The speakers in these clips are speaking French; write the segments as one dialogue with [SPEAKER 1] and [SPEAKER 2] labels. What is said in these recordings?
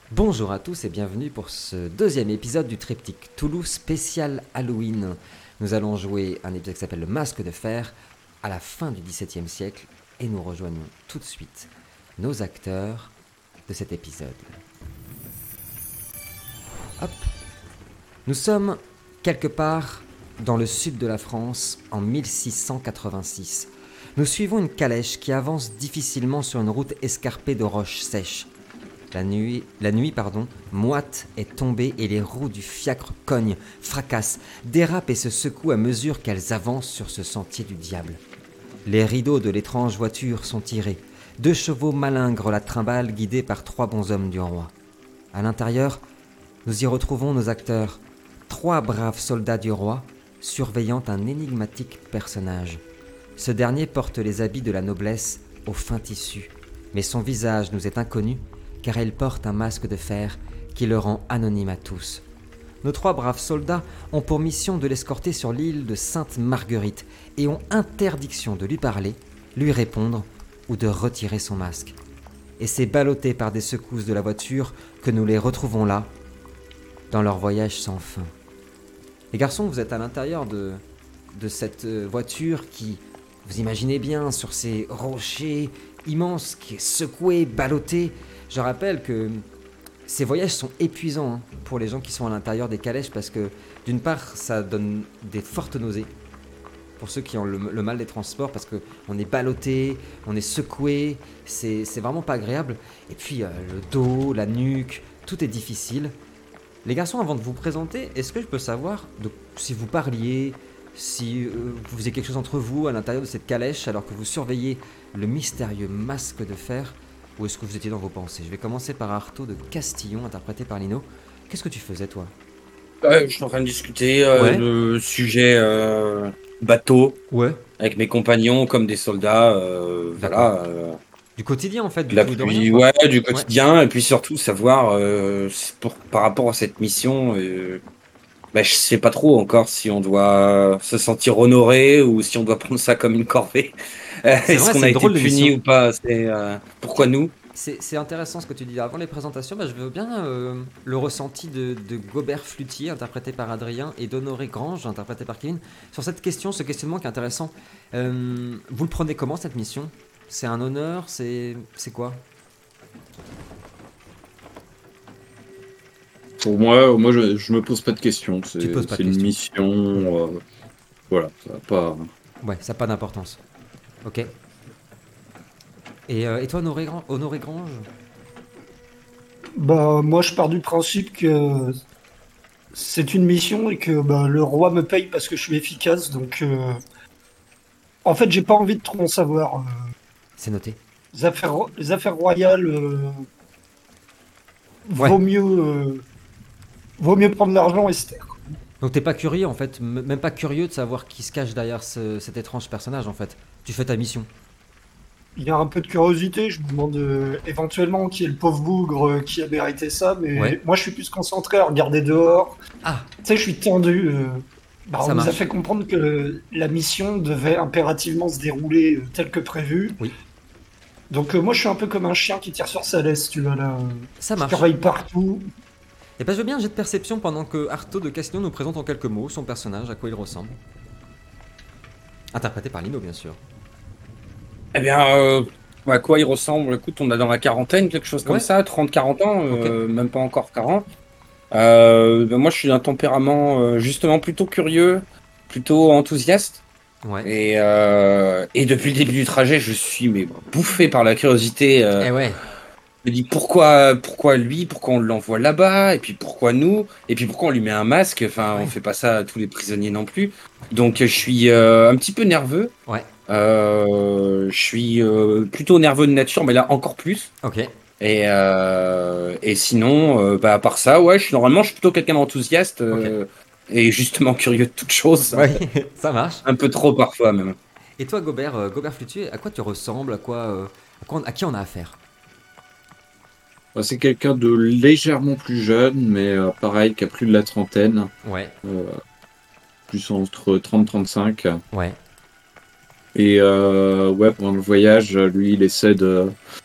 [SPEAKER 1] Bonjour à tous et bienvenue pour ce deuxième épisode du triptyque Toulouse spécial Halloween. Nous allons jouer un épisode qui s'appelle Le Masque de Fer à la fin du XVIIe siècle et nous rejoignons tout de suite nos acteurs de cet épisode. Hop. Nous sommes quelque part dans le sud de la France en 1686. Nous suivons une calèche qui avance difficilement sur une route escarpée de roches sèches. La nuit, moite est tombée et les roues du fiacre cognent, fracassent, dérapent et se secouent à mesure qu'elles avancent sur ce sentier du diable. Les rideaux de l'étrange voiture sont tirés. 2 chevaux malingrent la trimballe guidés par 3 bonshommes du roi. À l'intérieur, nous y retrouvons nos acteurs, 3 braves soldats du roi, surveillant un énigmatique personnage. Ce dernier porte les habits de la noblesse au fin tissu, mais son visage nous est inconnu car elle porte un masque de fer qui le rend anonyme à tous. Nos 3 braves soldats ont pour mission de l'escorter sur l'île de Sainte-Marguerite et ont interdiction de lui parler, lui répondre ou de retirer son masque. Et c'est ballotté par des secousses de la voiture que nous les retrouvons là, dans leur voyage sans fin. Les garçons, vous êtes à l'intérieur de cette voiture qui, vous imaginez bien, sur ces rochers immenses, qui est secouée, ballottée. Je rappelle que ces voyages sont épuisants pour les gens qui sont à l'intérieur des calèches parce que, d'une part, ça donne des fortes nausées pour ceux qui ont le mal des transports parce qu'on est ballotté, on est secoué, c'est vraiment pas agréable. Et puis, le dos, la nuque, tout est difficile. Les garçons, avant de vous présenter, est-ce que je peux savoir si vous parliez, si vous faisiez quelque chose entre vous à l'intérieur de cette calèche alors que vous surveillez le mystérieux masque de fer, ou est-ce que vous étiez dans vos pensées? Je vais commencer par Artaud de Castillon, interprété par Lino. Qu'est-ce que tu faisais, toi?
[SPEAKER 2] Je suis en train de discuter
[SPEAKER 1] Ouais.
[SPEAKER 2] de sujets bateau
[SPEAKER 1] Ouais.
[SPEAKER 2] avec mes compagnons comme des soldats,
[SPEAKER 1] D'accord.
[SPEAKER 2] voilà,
[SPEAKER 1] Du quotidien, en fait,
[SPEAKER 2] de
[SPEAKER 1] du
[SPEAKER 2] la
[SPEAKER 1] tout ou de rien,
[SPEAKER 2] pluie,
[SPEAKER 1] quoi.
[SPEAKER 2] ouais, du
[SPEAKER 1] Ouais.
[SPEAKER 2] quotidien, et puis surtout savoir par rapport à cette mission, je sais pas trop encore si on doit se sentir honoré ou si on doit prendre ça comme une corvée.
[SPEAKER 1] C'est
[SPEAKER 2] Est-ce
[SPEAKER 1] vrai,
[SPEAKER 2] qu'on
[SPEAKER 1] c'est
[SPEAKER 2] a
[SPEAKER 1] une
[SPEAKER 2] été
[SPEAKER 1] drôle de
[SPEAKER 2] puni
[SPEAKER 1] mission.
[SPEAKER 2] ou pas? C'est pourquoi
[SPEAKER 1] Tiens,
[SPEAKER 2] nous?
[SPEAKER 1] c'est intéressant ce que tu dis. Avant les présentations, je veux bien le ressenti de Gobert Flutier, interprété par Adrien, et d'Honoré Grange, interprété par Kevin, sur cette question, ce questionnement qui est intéressant. Vous le prenez comment, cette mission? C'est un honneur? C'est quoi?
[SPEAKER 3] Pour moi, je me pose pas de questions.
[SPEAKER 1] Tu te poses
[SPEAKER 3] C'est
[SPEAKER 1] pas de
[SPEAKER 3] c'est une
[SPEAKER 1] questions.
[SPEAKER 3] mission. Voilà, ça va pas.
[SPEAKER 1] Ouais, ça n'a pas d'importance. Ok. Et toi, Honoré Grange?
[SPEAKER 4] Bah, moi, je pars du principe que c'est une mission et que bah, le roi me paye parce que je suis efficace. Donc, en fait, j'ai pas envie de trop en savoir.
[SPEAKER 1] C'est noté.
[SPEAKER 4] Les affaires royales,
[SPEAKER 1] Ouais.
[SPEAKER 4] vaut mieux, vaut mieux prendre l'argent et se taire.
[SPEAKER 1] Donc t'es pas curieux, en fait, même pas curieux de savoir qui se cache derrière cet étrange personnage, en fait. Tu fais ta mission.
[SPEAKER 4] Il y a un peu de curiosité. Je me demande éventuellement qui est le pauvre bougre qui a mérité ça.
[SPEAKER 1] Ouais.
[SPEAKER 4] Mais moi, je suis plus concentré à regarder dehors.
[SPEAKER 1] Ah,
[SPEAKER 4] Tu sais, je suis tendu. Bah, on
[SPEAKER 1] ça
[SPEAKER 4] nous a
[SPEAKER 1] marche.
[SPEAKER 4] fait comprendre que la mission devait impérativement se dérouler tel que prévu.
[SPEAKER 1] Oui,
[SPEAKER 4] Donc moi je suis un peu comme un chien qui tire sur sa laisse, tu vois là.
[SPEAKER 1] ça
[SPEAKER 4] Je
[SPEAKER 1] marche.
[SPEAKER 4] surveille partout.
[SPEAKER 1] Et ben je veux bien un jet de perception pendant que Artaud de Castillon nous présente en quelques mots son personnage, à quoi il ressemble. Interprété par Lino, bien sûr.
[SPEAKER 2] Eh bien, à quoi il ressemble? Écoute, on a dans la quarantaine, quelque chose comme
[SPEAKER 1] Ouais,
[SPEAKER 2] ça, 30-40 ans,
[SPEAKER 1] ok.
[SPEAKER 2] même pas encore 40. Moi, je suis d'un tempérament justement plutôt curieux, plutôt enthousiaste.
[SPEAKER 1] Ouais.
[SPEAKER 2] Et depuis le début du trajet, je suis mais bouffé par la curiosité.
[SPEAKER 1] Eh ouais.
[SPEAKER 2] Je me dis pourquoi lui, pourquoi on l'envoie là-bas, et puis pourquoi nous, et puis pourquoi on lui met un masque. Enfin, on
[SPEAKER 1] Ouais.
[SPEAKER 2] fait pas ça à tous les prisonniers non plus. Donc, je suis un petit peu nerveux.
[SPEAKER 1] Ouais.
[SPEAKER 2] Je suis plutôt nerveux de nature, mais là encore plus.
[SPEAKER 1] Ok.
[SPEAKER 2] Et sinon, à part ça, ouais, normalement, je suis plutôt quelqu'un d'enthousiaste
[SPEAKER 1] Ok.
[SPEAKER 2] et justement curieux de toutes choses,
[SPEAKER 1] Ouais, ça marche.
[SPEAKER 2] un peu trop parfois même.
[SPEAKER 1] Et toi, Gobert, Gobert Flutier, à quoi tu ressembles? À qui on a affaire?
[SPEAKER 3] Moi, c'est quelqu'un de légèrement plus jeune, mais pareil, qui a plus de la trentaine,
[SPEAKER 1] Ouais.
[SPEAKER 3] euh, plus entre 30 et 35.
[SPEAKER 1] Ouais.
[SPEAKER 3] Et ouais, pendant le voyage, lui, il essaie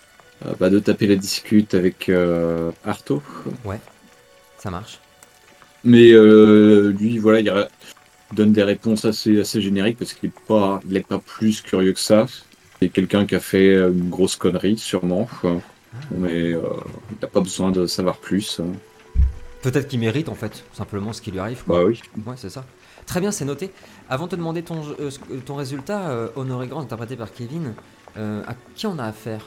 [SPEAKER 3] de taper la discute avec Arto.
[SPEAKER 1] Ouais, ça marche.
[SPEAKER 3] Mais lui, voilà, donne des réponses assez génériques parce qu'il est pas plus curieux que ça. C'est quelqu'un qui a fait une grosse connerie, sûrement. Mais il n'a pas besoin de savoir plus.
[SPEAKER 1] Peut-être qu'il mérite en fait, simplement ce qui lui arrive, quoi.
[SPEAKER 3] Bah oui.
[SPEAKER 1] Ouais, c'est ça. Très bien, c'est noté. Avant de te demander ton résultat, Honoré Grand, interprété par Kevin, à qui on a affaire?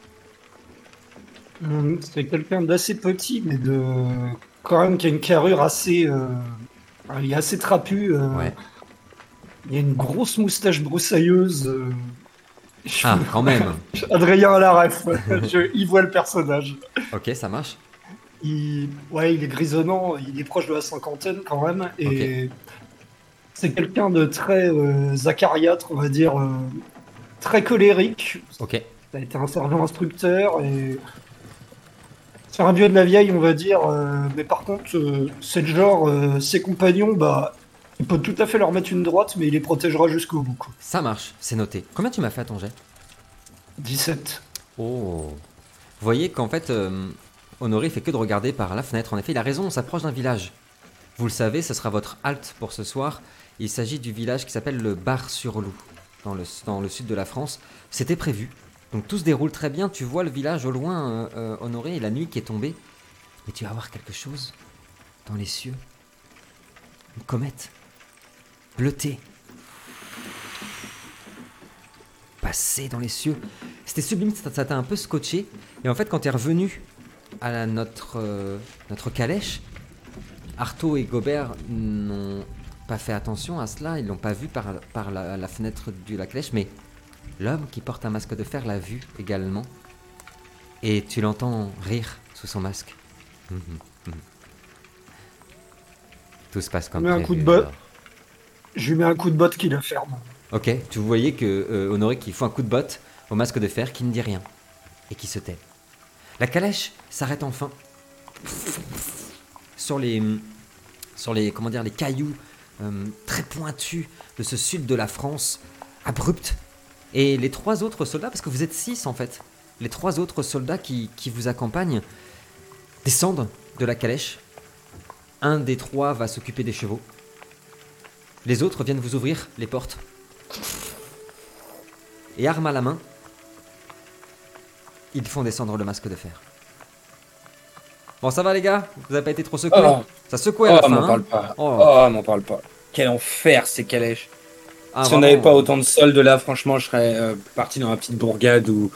[SPEAKER 4] C'est quelqu'un d'assez petit, mais quand même qui a une carrure assez. Il est assez trapu.
[SPEAKER 1] Ouais.
[SPEAKER 4] Il a une grosse moustache broussailleuse.
[SPEAKER 1] Ah, quand même.
[SPEAKER 4] Adrien à la ref. Il voit le personnage.
[SPEAKER 1] Ok, ça marche.
[SPEAKER 4] Ouais, il est grisonnant, il est proche de la cinquantaine quand même, et c'est quelqu'un de très acariâtre, on va dire, très colérique.
[SPEAKER 1] Ok.
[SPEAKER 4] Ça a été un sergent instructeur, et c'est un vieux de la vieille, on va dire, mais par contre, c'est le genre, ses compagnons, bah, il peut tout à fait leur mettre une droite, mais il les protégera jusqu'au bout, quoi.
[SPEAKER 1] Ça marche, c'est noté. Combien tu m'as fait à ton jet?
[SPEAKER 4] 17.
[SPEAKER 1] Oh. Vous voyez qu'en fait, Honoré fait que de regarder par la fenêtre. En effet, il a raison, on s'approche d'un village. Vous le savez, ce sera votre halte pour ce soir. Il s'agit du village qui s'appelle le Bar-sur-Loup, dans le sud de la France. C'était prévu. Donc tout se déroule très bien. Tu vois le village au loin, Honoré, et la nuit qui est tombée. Mais tu vas voir quelque chose dans les cieux. Une comète. Bleutée. Passer dans les cieux. C'était sublime, ça t'a un peu scotché. Et en fait, quand tu es revenu à notre calèche, Arto et Gobert n'ont pas fait attention à cela. Ils l'ont pas vu par la fenêtre de la calèche. Mais l'homme qui porte un masque de fer l'a vu également. Et tu l'entends rire sous son masque. Tout se passe comme
[SPEAKER 4] Mais un
[SPEAKER 1] prévu.
[SPEAKER 4] coup de bot.
[SPEAKER 1] alors.
[SPEAKER 4] Je lui mets un coup de botte qui le ferme.
[SPEAKER 1] Ok, tu voyais que Honoré qui fout un coup de botte au masque de fer qui ne dit rien et qui se tait. La calèche s'arrête enfin sur les comment dire, les cailloux très pointus de ce sud de la France, abrupt. Et les trois autres soldats, parce que vous êtes 6 en fait, les trois autres soldats qui vous accompagnent descendent de la calèche. Un des trois va s'occuper des chevaux. Les autres viennent vous ouvrir les portes. Et arme à la main, ils font descendre le masque de fer. Bon, ça va les gars? Vous avez pas été trop secoués?
[SPEAKER 2] Oh.
[SPEAKER 1] Ça secouait à la
[SPEAKER 2] Oh,
[SPEAKER 1] fin,
[SPEAKER 2] m'en
[SPEAKER 1] hein.
[SPEAKER 2] parle pas.
[SPEAKER 1] Oh.
[SPEAKER 2] Oh, m'en parle pas. Quel enfer ces calèches.
[SPEAKER 1] Ah,
[SPEAKER 2] Si on
[SPEAKER 1] vraiment,
[SPEAKER 2] n'avait pas autant de soldes là, franchement, je serais parti dans la petite bourgade où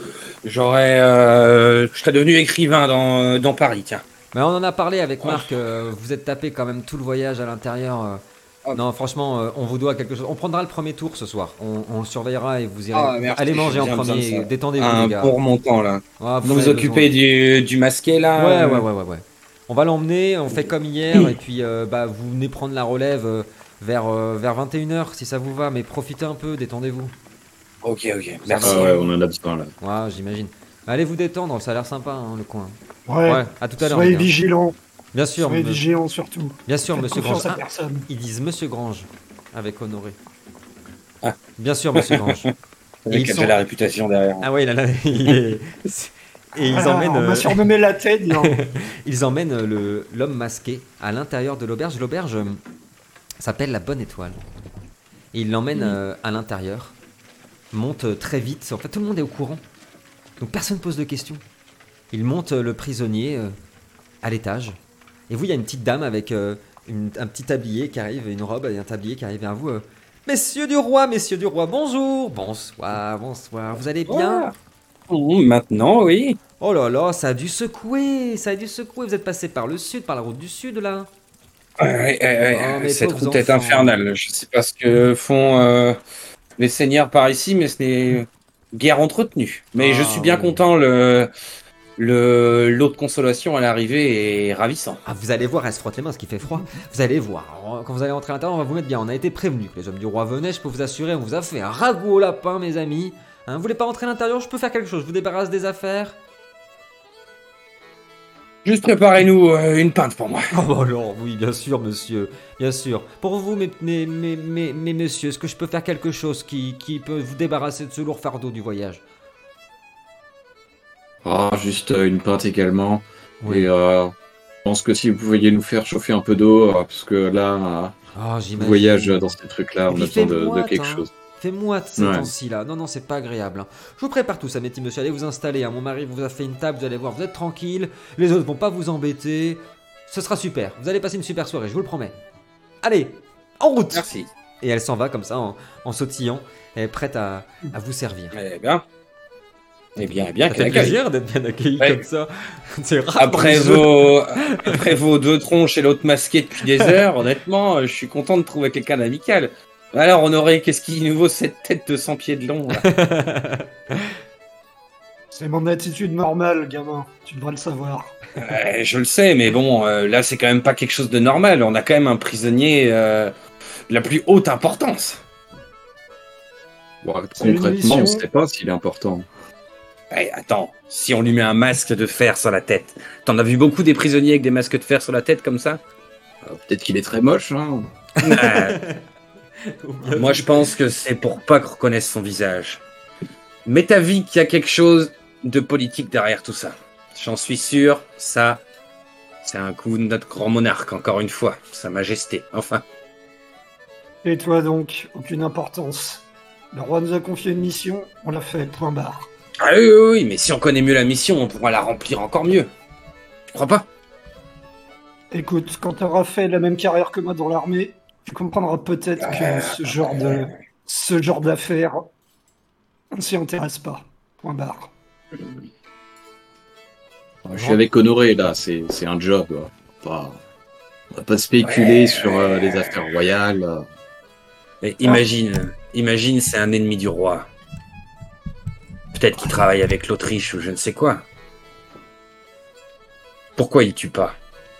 [SPEAKER 2] je serais devenu écrivain dans Paris, tiens.
[SPEAKER 1] Mais on en a parlé avec
[SPEAKER 2] Oh.
[SPEAKER 1] Marc, vous êtes tapé quand même tout le voyage à l'intérieur.
[SPEAKER 2] Oh.
[SPEAKER 1] Non, franchement, on vous doit quelque chose. On prendra le premier tour ce soir. On le surveillera et vous irez.
[SPEAKER 2] Ah, merci,
[SPEAKER 1] Allez
[SPEAKER 2] j'ai
[SPEAKER 1] manger en
[SPEAKER 2] bien besoin de
[SPEAKER 1] premier.
[SPEAKER 2] ça.
[SPEAKER 1] Détendez-vous,
[SPEAKER 2] Un
[SPEAKER 1] les gars.
[SPEAKER 2] bon remontant là.
[SPEAKER 1] Ah,
[SPEAKER 2] Vous
[SPEAKER 1] en
[SPEAKER 2] vous
[SPEAKER 1] avez
[SPEAKER 2] occupez du masqué là
[SPEAKER 1] Ouais. On va l'emmener, on fait comme hier, et puis vous venez prendre la relève vers 21h si ça vous va, mais profitez un peu, détendez-vous.
[SPEAKER 2] Ok,
[SPEAKER 1] Ça
[SPEAKER 2] merci.
[SPEAKER 1] va.
[SPEAKER 3] Ouais, on en a besoin là.
[SPEAKER 1] Ouais, j'imagine. Allez vous détendre, ça a l'air sympa hein, le coin.
[SPEAKER 4] Ouais,
[SPEAKER 1] À tout à l'heure.
[SPEAKER 4] soyez
[SPEAKER 1] les gars.
[SPEAKER 4] vigilants.
[SPEAKER 1] Bien sûr,
[SPEAKER 4] Soyez vigilants surtout.
[SPEAKER 1] bien sûr,
[SPEAKER 4] Faites
[SPEAKER 1] monsieur
[SPEAKER 4] confiance
[SPEAKER 1] Grange.
[SPEAKER 4] à personne.
[SPEAKER 1] Ils disent monsieur Grange avec Honoré.
[SPEAKER 2] Ah.
[SPEAKER 1] Bien sûr, monsieur Grange.
[SPEAKER 2] Avec
[SPEAKER 1] ils
[SPEAKER 2] déjà
[SPEAKER 1] sont-
[SPEAKER 2] la réputation derrière.
[SPEAKER 1] Ah ouais, il est. Et ils
[SPEAKER 4] Ah,
[SPEAKER 1] emmènent.
[SPEAKER 4] on m'a surnommé la tête. Non.
[SPEAKER 1] Ils emmènent l'homme masqué à l'intérieur de l'auberge. L'auberge s'appelle la Bonne Étoile. Et ils l'emmènent à l'intérieur. Monte très vite. En fait, tout le monde est au courant. Donc personne ne pose de questions. Il monte le prisonnier à l'étage. Et vous, il y a une petite dame avec un petit tablier qui arrive, une robe et un tablier qui arrive vers vous. Messieurs du roi, bonjour. Bonsoir. Vous allez bien?
[SPEAKER 2] Maintenant, oui.
[SPEAKER 1] Oh là là, ça a dû secouer. Vous êtes passé par le sud, par la route du sud là. Oh, mes
[SPEAKER 2] Cette
[SPEAKER 1] pauvres
[SPEAKER 2] route est
[SPEAKER 1] enfants.
[SPEAKER 2] infernale. Je sais pas ce que font les seigneurs par ici, mais ce n'est guère entretenu. Mais je
[SPEAKER 1] Ah,
[SPEAKER 2] suis bien
[SPEAKER 1] oui.
[SPEAKER 2] content. L'eau de consolation à l'arrivée est ravissant.
[SPEAKER 1] Ah, vous allez voir, elle se frotte les mains parce qu'il fait froid. Vous allez voir. Alors, quand vous allez rentrer à l'intérieur, on va vous mettre bien. On a été prévenus que les hommes du roi venaient. Je peux vous assurer, on vous a fait un ragoût au lapin, mes amis. Hein, vous voulez pas rentrer à l'intérieur? Je peux faire quelque chose. Je vous débarrasse des affaires.
[SPEAKER 2] Juste préparez-nous une pinte pour moi.
[SPEAKER 1] Oh bah alors, oui, bien sûr, monsieur. Bien sûr. Pour vous, mes messieurs, est-ce que je peux faire quelque chose qui peut vous débarrasser de ce lourd fardeau du voyage?
[SPEAKER 3] Ah, juste une pinte également.
[SPEAKER 1] Oui.
[SPEAKER 3] Et je pense que si vous pouviez nous faire chauffer un peu d'eau, parce que là,
[SPEAKER 1] Oh,
[SPEAKER 3] le
[SPEAKER 1] j'imagine.
[SPEAKER 3] voyage dans ces trucs-là,
[SPEAKER 1] Et
[SPEAKER 3] on
[SPEAKER 1] puis
[SPEAKER 3] a
[SPEAKER 1] il fait
[SPEAKER 3] besoin de
[SPEAKER 1] moite,
[SPEAKER 3] quelque
[SPEAKER 1] hein.
[SPEAKER 3] chose.
[SPEAKER 1] Fait moite ces
[SPEAKER 3] Ouais.
[SPEAKER 1] temps-ci là. Non, non, c'est pas agréable, hein. Je vous prépare tout ça, mes petits monsieur. Allez vous installer, hein. Mon mari vous a fait une table, vous allez voir, vous êtes tranquille. Les autres vont pas vous embêter. Ce sera super. Vous allez passer une super soirée, je vous le promets. Allez, en route.
[SPEAKER 2] Merci.
[SPEAKER 1] Et elle s'en va comme ça en sautillant. Elle est prête à vous servir.
[SPEAKER 2] Eh bien. Eh bien,
[SPEAKER 1] Ça fait
[SPEAKER 2] quel accueil.
[SPEAKER 1] plaisir d'être bien accueilli
[SPEAKER 2] Ouais.
[SPEAKER 1] comme ça. C'est rare
[SPEAKER 2] Après
[SPEAKER 1] dans
[SPEAKER 2] après vos 2 tronches et l'autre masqué depuis des heures, honnêtement, je suis content de trouver quelqu'un d'amical. Alors, Honoré, qu'est-ce qui nous vaut cette tête de 100 pieds de long là?
[SPEAKER 4] C'est mon attitude normale, gamin. Tu devrais le savoir.
[SPEAKER 2] Je le sais, mais bon, là, c'est quand même pas quelque chose de normal. On a quand même un prisonnier de la plus haute importance.
[SPEAKER 3] Bon,
[SPEAKER 4] C'est une
[SPEAKER 3] concrètement, on ne
[SPEAKER 4] mission.
[SPEAKER 3] sait pas s'il est important.
[SPEAKER 2] Eh, attends, si on lui met un masque de fer sur la tête, t'en as vu beaucoup des prisonniers avec des masques de fer sur la tête comme ça?
[SPEAKER 3] Peut-être qu'il est très moche, hein.
[SPEAKER 2] Moi, je pense que c'est pour pas qu'on reconnaisse son visage. Mais t'as vu qu'il y a quelque chose de politique derrière tout ça. J'en suis sûr, ça, c'est un coup de notre grand monarque, encore une fois, Sa Majesté, enfin.
[SPEAKER 4] Et toi donc, aucune importance. Le roi nous a confié une mission, on l'a fait, point barre.
[SPEAKER 2] Ah oui, oui, oui, mais si on connaît mieux la mission, on pourra la remplir encore mieux. Tu crois pas?
[SPEAKER 4] Écoute, quand t'auras fait la même carrière que moi dans l'armée, tu comprendras peut-être que ce genre d'affaires, on ne s'y intéresse pas. Point barre.
[SPEAKER 3] Je suis avec Honoré, là, c'est un job. On va pas spéculer sur les affaires royales.
[SPEAKER 2] Mais imagine, c'est un ennemi du roi. Peut-être qu'il travaille avec l'Autriche ou je ne sais quoi. Pourquoi il tue pas?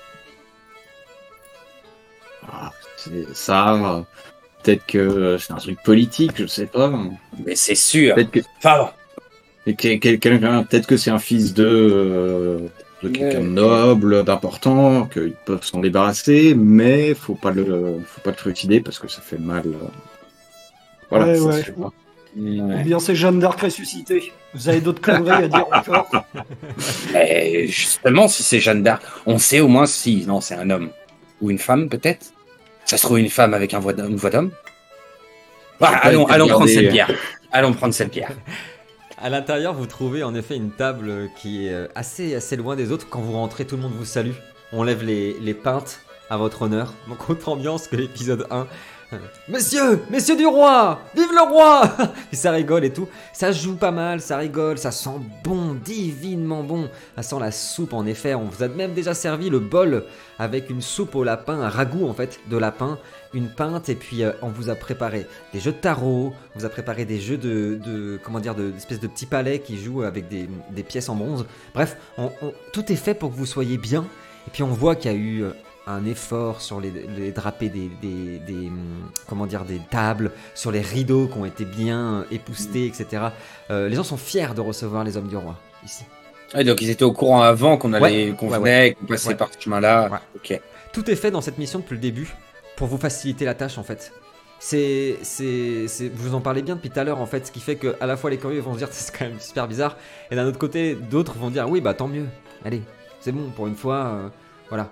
[SPEAKER 3] C'est ça. Peut-être que c'est un truc politique, je sais pas.
[SPEAKER 2] Mais c'est sûr.
[SPEAKER 3] Peut-être que,
[SPEAKER 2] Enfin,
[SPEAKER 3] peut-être que c'est un fils de quelqu'un de noble, d'important, qu'ils peuvent s'en débarrasser, mais faut pas le trucider parce que ça fait mal. Voilà,
[SPEAKER 4] Ouais,
[SPEAKER 3] ça
[SPEAKER 4] ouais.
[SPEAKER 3] se fait pas.
[SPEAKER 4] Ou bien c'est Jeanne d'Arc ressuscitée. Vous avez d'autres conneries à dire encore?
[SPEAKER 2] mais justement, si c'est Jeanne d'Arc, on sait au moins si. Non, c'est un homme. Ou une femme, peut-être. Ça se trouve une femme avec une voix d'homme. Ah, allons prendre cette bière. Allons prendre cette bière.
[SPEAKER 1] À l'intérieur, vous trouvez en effet une table qui est assez loin des autres. Quand vous rentrez, tout le monde vous salue. On lève les pintes à votre honneur. Donc autre ambiance que l'épisode 1. Messieurs du roi, vive le roi. Et ça rigole et tout. Ça joue pas mal, ça rigole, ça sent bon, divinement bon. Ça sent la soupe en effet. On vous a même déjà servi le bol avec une soupe au lapin, un ragoût en fait de lapin, une pinte et puis on vous a préparé des jeux de tarot, on vous a préparé des jeux d'espèces de petits palets qui jouent avec des pièces en bronze. Bref, tout est fait pour que vous soyez bien. Et puis on voit qu'il y a eu un effort sur les drapés des tables, sur les rideaux qui ont été bien époussetés, etc. Les gens sont fiers de recevoir les hommes du roi ici.
[SPEAKER 2] Ah, donc ils étaient au courant avant qu'on venait, qu'on passait
[SPEAKER 1] Ouais.
[SPEAKER 2] par ce chemin-là.
[SPEAKER 1] Ouais.
[SPEAKER 2] Ok.
[SPEAKER 1] Tout est fait dans cette mission depuis le début pour vous faciliter la tâche en fait. Vous en parlez bien depuis tout à l'heure en fait, ce qui fait que à la fois les curieux vont se dire c'est quand même super bizarre, et d'un autre côté d'autres vont dire oui bah tant mieux, allez c'est bon pour une fois, voilà.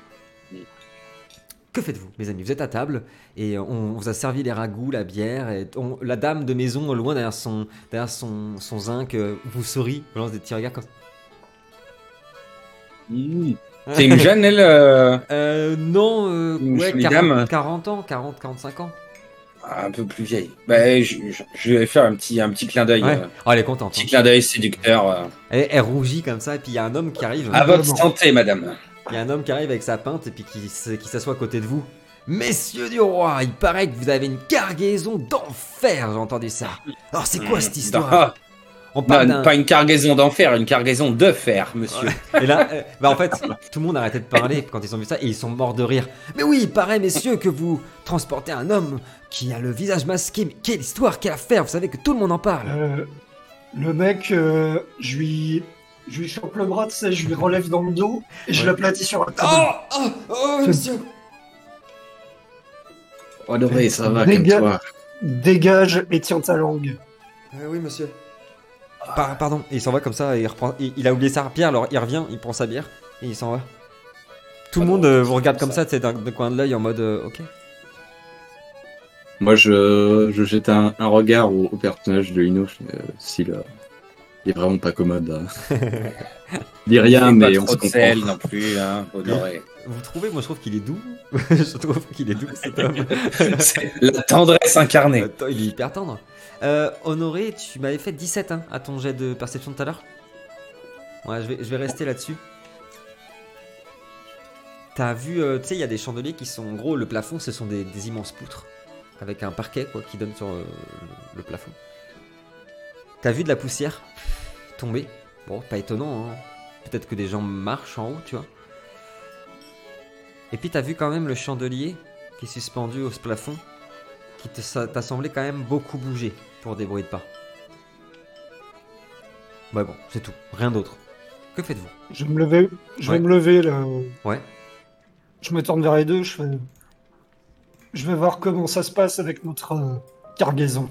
[SPEAKER 1] Que faites-vous, mes amis? Vous êtes à table et on vous a servi les ragoûts, la bière. Et la dame de maison, au loin derrière son zinc, vous sourit, vous lance des petits regards comme ça.
[SPEAKER 2] C'est une jeune, elle
[SPEAKER 1] Non,
[SPEAKER 2] Une
[SPEAKER 1] ouais,
[SPEAKER 2] jolie dame.
[SPEAKER 1] 40 ans, 45 ans.
[SPEAKER 2] un peu plus vieille. Bah, je vais faire un petit clin d'œil.
[SPEAKER 1] Ouais. Oh, elle est contente.
[SPEAKER 2] Petit
[SPEAKER 1] Hein.
[SPEAKER 2] clin d'œil séducteur.
[SPEAKER 1] Elle rougit comme ça, et puis il y a un homme qui arrive.
[SPEAKER 2] À votre
[SPEAKER 4] Vraiment.
[SPEAKER 2] santé, madame.
[SPEAKER 1] Il y a un homme qui arrive avec sa pinte et puis qui s'assoit à côté de vous. Messieurs du roi, il paraît que vous avez une cargaison d'enfer, j'ai entendu ça. Alors c'est quoi cette histoire? On parle
[SPEAKER 2] Non,
[SPEAKER 1] d'un...
[SPEAKER 2] pas une cargaison d'enfer, une cargaison de fer, monsieur.
[SPEAKER 1] Et là, en fait, tout le monde a arrêté de parler quand ils ont vu ça et ils sont morts de rire. Mais oui, il paraît, messieurs, que vous transportez un homme qui a le visage masqué. Mais quelle histoire, quelle affaire, vous savez que tout le monde en parle.
[SPEAKER 4] Le mec, je lui chope le bras, tu sais, je lui relève dans le dos et je
[SPEAKER 1] Ouais.
[SPEAKER 4] l'aplatis sur la table.
[SPEAKER 1] monsieur.
[SPEAKER 3] Honoré, ça va comme toi.
[SPEAKER 4] Dégage et tiens ta langue.
[SPEAKER 1] Oui, monsieur. Pardon, et il s'en va comme ça, et il a oublié sa bière, alors il revient, il prend sa bière, et il s'en va. Tout le monde vous regarde comme ça, tu sais, d'un coin de l'œil en mode ok.
[SPEAKER 3] Moi, je jette un regard au personnage de Ino, s'il il est vraiment pas commode. Il dit rien, mais
[SPEAKER 2] pas
[SPEAKER 3] on
[SPEAKER 2] trop
[SPEAKER 3] se
[SPEAKER 2] de sel
[SPEAKER 3] comprend.
[SPEAKER 2] non plus, hein, Honoré.
[SPEAKER 1] Vous trouvez, moi je trouve qu'il est doux. Je trouve qu'il est doux cet homme.
[SPEAKER 2] C'est la tendresse incarnée.
[SPEAKER 1] Attends, il est hyper tendre. Honoré, tu m'avais fait 17 hein, à ton jet de perception tout à l'heure. Ouais, je vais rester là-dessus. T'as vu, tu sais, il y a des chandeliers qui sont, en gros, le plafond, ce sont des immenses poutres. Avec un parquet, quoi, qui donne sur le plafond. T'as vu de la poussière tomber. Bon, pas étonnant, hein. Peut-être que des gens marchent en haut, tu vois. Et puis t'as vu quand même le chandelier qui est suspendu au plafond, qui t'a semblé quand même beaucoup bouger pour des bruits de pas. Ouais bon, c'est tout, rien d'autre. Que faites-vous?
[SPEAKER 4] Je vais me lever,
[SPEAKER 1] Ouais.
[SPEAKER 4] me lever là.
[SPEAKER 1] Ouais,
[SPEAKER 4] Je me tourne vers les deux, je vais voir comment ça se passe avec notre cargaison.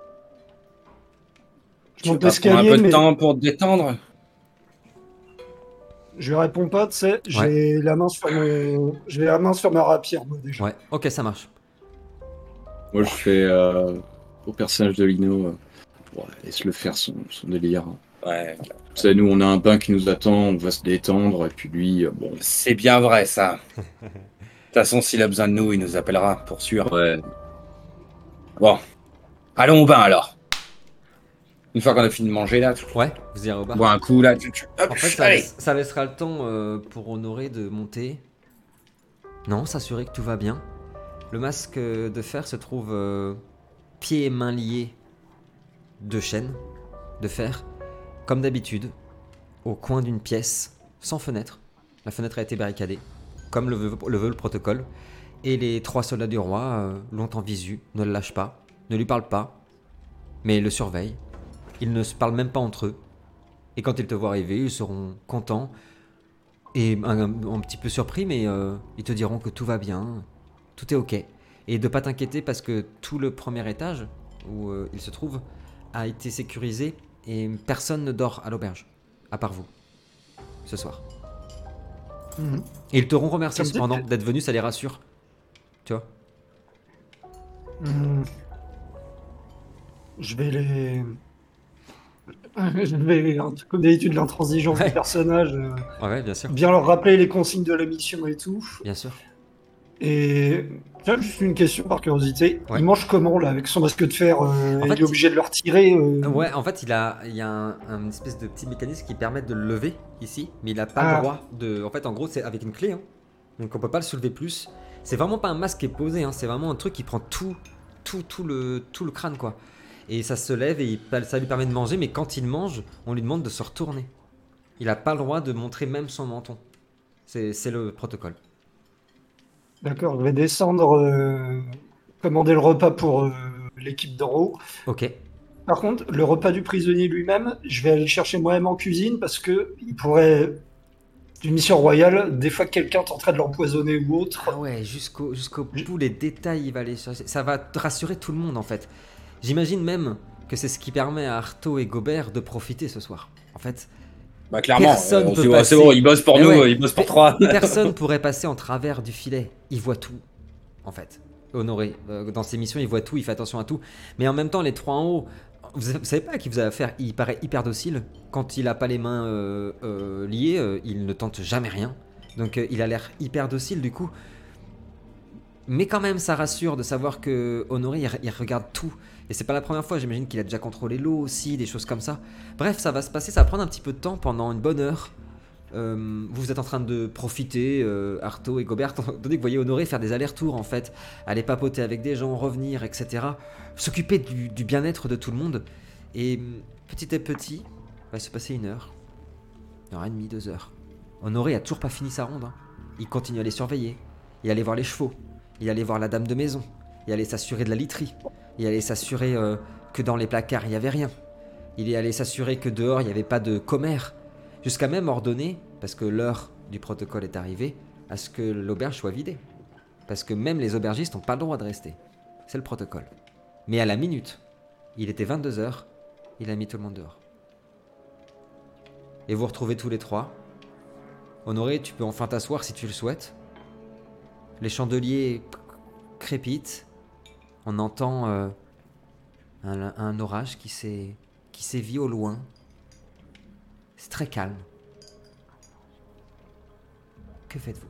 [SPEAKER 4] Je
[SPEAKER 2] Tu veux
[SPEAKER 4] monte
[SPEAKER 2] pas prendre un
[SPEAKER 4] l'escalier,
[SPEAKER 2] peu de
[SPEAKER 4] mais
[SPEAKER 2] temps pour te détendre?
[SPEAKER 4] je lui réponds pas, tu sais, j'ai la main sur ma rapière, moi, déjà.
[SPEAKER 1] ouais, ok, ça marche.
[SPEAKER 3] Moi, je fais au personnage de Lino, ouais, laisse-le faire son délire.
[SPEAKER 2] Ouais,
[SPEAKER 3] Tu sais, nous, on a un bain qui nous attend, on va se détendre, et puis lui, bon.
[SPEAKER 2] c'est bien vrai ça. De toute façon, s'il a besoin de nous, il nous appellera, pour sûr.
[SPEAKER 3] Ouais.
[SPEAKER 2] Bon, allons au bain alors. Une fois qu'on a fini de manger là, tu
[SPEAKER 1] Ouais, vous irez au bar.
[SPEAKER 2] bois un coup là, hop,
[SPEAKER 1] En fait,
[SPEAKER 2] allez.
[SPEAKER 1] ça laissera le temps pour Honoré de monter. Non, s'assurer que tout va bien. Le masque de fer se trouve pieds et mains liés de chaînes de fer, comme d'habitude, au coin d'une pièce, sans fenêtre. La fenêtre a été barricadée, comme le veut le protocole. Et les 3 soldats du roi l'ont en visu, ne le lâchent pas, ne lui parlent pas, mais le surveillent. Ils ne se parlent même pas entre eux. Et quand ils te voient arriver, ils seront contents et un petit peu surpris, mais ils te diront que tout va bien, tout est ok. Et de pas t'inquiéter parce que tout le premier étage où il se trouve a été sécurisé et personne ne dort à l'auberge, à part vous, ce soir.
[SPEAKER 4] Mhm.
[SPEAKER 1] Et ils t'auront remercié
[SPEAKER 4] Ça me dit
[SPEAKER 1] cependant
[SPEAKER 4] que-
[SPEAKER 1] d'être venus, ça les rassure. Tu vois?
[SPEAKER 4] Mhm. Je vais les... Je vais, comme d'habitude, l'intransigeance
[SPEAKER 1] Ouais.
[SPEAKER 4] du personnage,
[SPEAKER 1] Ouais, bien sûr.
[SPEAKER 4] bien leur rappeler les consignes de la mission et tout.
[SPEAKER 1] Bien sûr.
[SPEAKER 4] Et tiens, juste une question par curiosité.
[SPEAKER 1] Ouais.
[SPEAKER 4] Il mange comment là avec son masque de fer
[SPEAKER 1] En
[SPEAKER 4] il
[SPEAKER 1] fait,
[SPEAKER 4] est obligé de le retirer
[SPEAKER 1] Ouais, en fait, il y a un espèce de petit mécanisme qui permet de le lever ici, mais il n'a pas
[SPEAKER 4] Ah.
[SPEAKER 1] le droit de. En fait, en gros, c'est avec une clé, hein, donc on peut pas le soulever plus. C'est vraiment pas un masque qui est posé, hein, c'est vraiment un truc qui prend tout le crâne, quoi. Et ça se lève et ça lui permet de manger, mais quand il mange, on lui demande de se retourner. Il a pas le droit de montrer même son menton. C'est le protocole.
[SPEAKER 4] D'accord, je vais descendre, commander le repas pour l'équipe d'en haut.
[SPEAKER 1] Ok.
[SPEAKER 4] Par contre, le repas du prisonnier lui-même, je vais aller le chercher moi-même en cuisine parce que il pourrait, d'une mission royale, des fois que quelqu'un tenterait de l'empoisonner ou autre.
[SPEAKER 1] Ah ouais, jusqu'au bout, les détails, il va les chercher. Ça va rassurer tout le monde en fait. J'imagine même que c'est ce qui permet à Artaud et Gobert de profiter ce soir. En fait,
[SPEAKER 2] Bah clairement,
[SPEAKER 1] Personne
[SPEAKER 2] on
[SPEAKER 1] peut
[SPEAKER 2] se dit, ouais, c'est
[SPEAKER 1] passer.
[SPEAKER 2] bon, il bosse pour
[SPEAKER 1] Mais
[SPEAKER 2] nous,
[SPEAKER 1] ouais.
[SPEAKER 2] il bosse pour 3.
[SPEAKER 1] personne pourrait passer en travers du filet. Il voit tout, en fait. Honoré, dans ses missions, il voit tout, il fait attention à tout. Mais en même temps, les 3 en haut, vous savez pas à qui vous avez affaire. Il paraît hyper docile. Quand il a pas les mains liées, il ne tente jamais rien. Donc il a l'air hyper docile du coup. Mais quand même, ça rassure de savoir que Honoré, il regarde tout. Et c'est pas la première fois, j'imagine qu'il a déjà contrôlé l'eau aussi, des choses comme ça. Bref, ça va se passer, ça va prendre un petit peu de temps pendant une bonne heure. Vous êtes en train de profiter, Artaud et Gobert, tandis que vous voyez Honoré faire des allers-retours en fait, aller papoter avec des gens, revenir, etc. S'occuper du bien-être de tout le monde. Et petit à petit, va se passer 1 heure et demie, 2 heures. Honoré a toujours pas fini sa ronde, hein. Il continue à les surveiller, il allait voir les chevaux, il allait voir la dame de maison, il allait s'assurer de la literie, il allait s'assurer que dans les placards il y avait rien, il allait s'assurer que dehors il n'y avait pas de commères, jusqu'à même ordonner, parce que l'heure du protocole est arrivée, à ce que l'auberge soit vidée. Parce que même les aubergistes n'ont pas le droit de rester. C'est le protocole. Mais à la minute, il était 22 heures, il a mis tout le monde dehors. et vous retrouvez tous les trois. Honoré, tu peux enfin t'asseoir si tu le souhaites. Les chandeliers crépitent. On entend un orage qui sévit au loin. C'est très calme. Que faites-vous?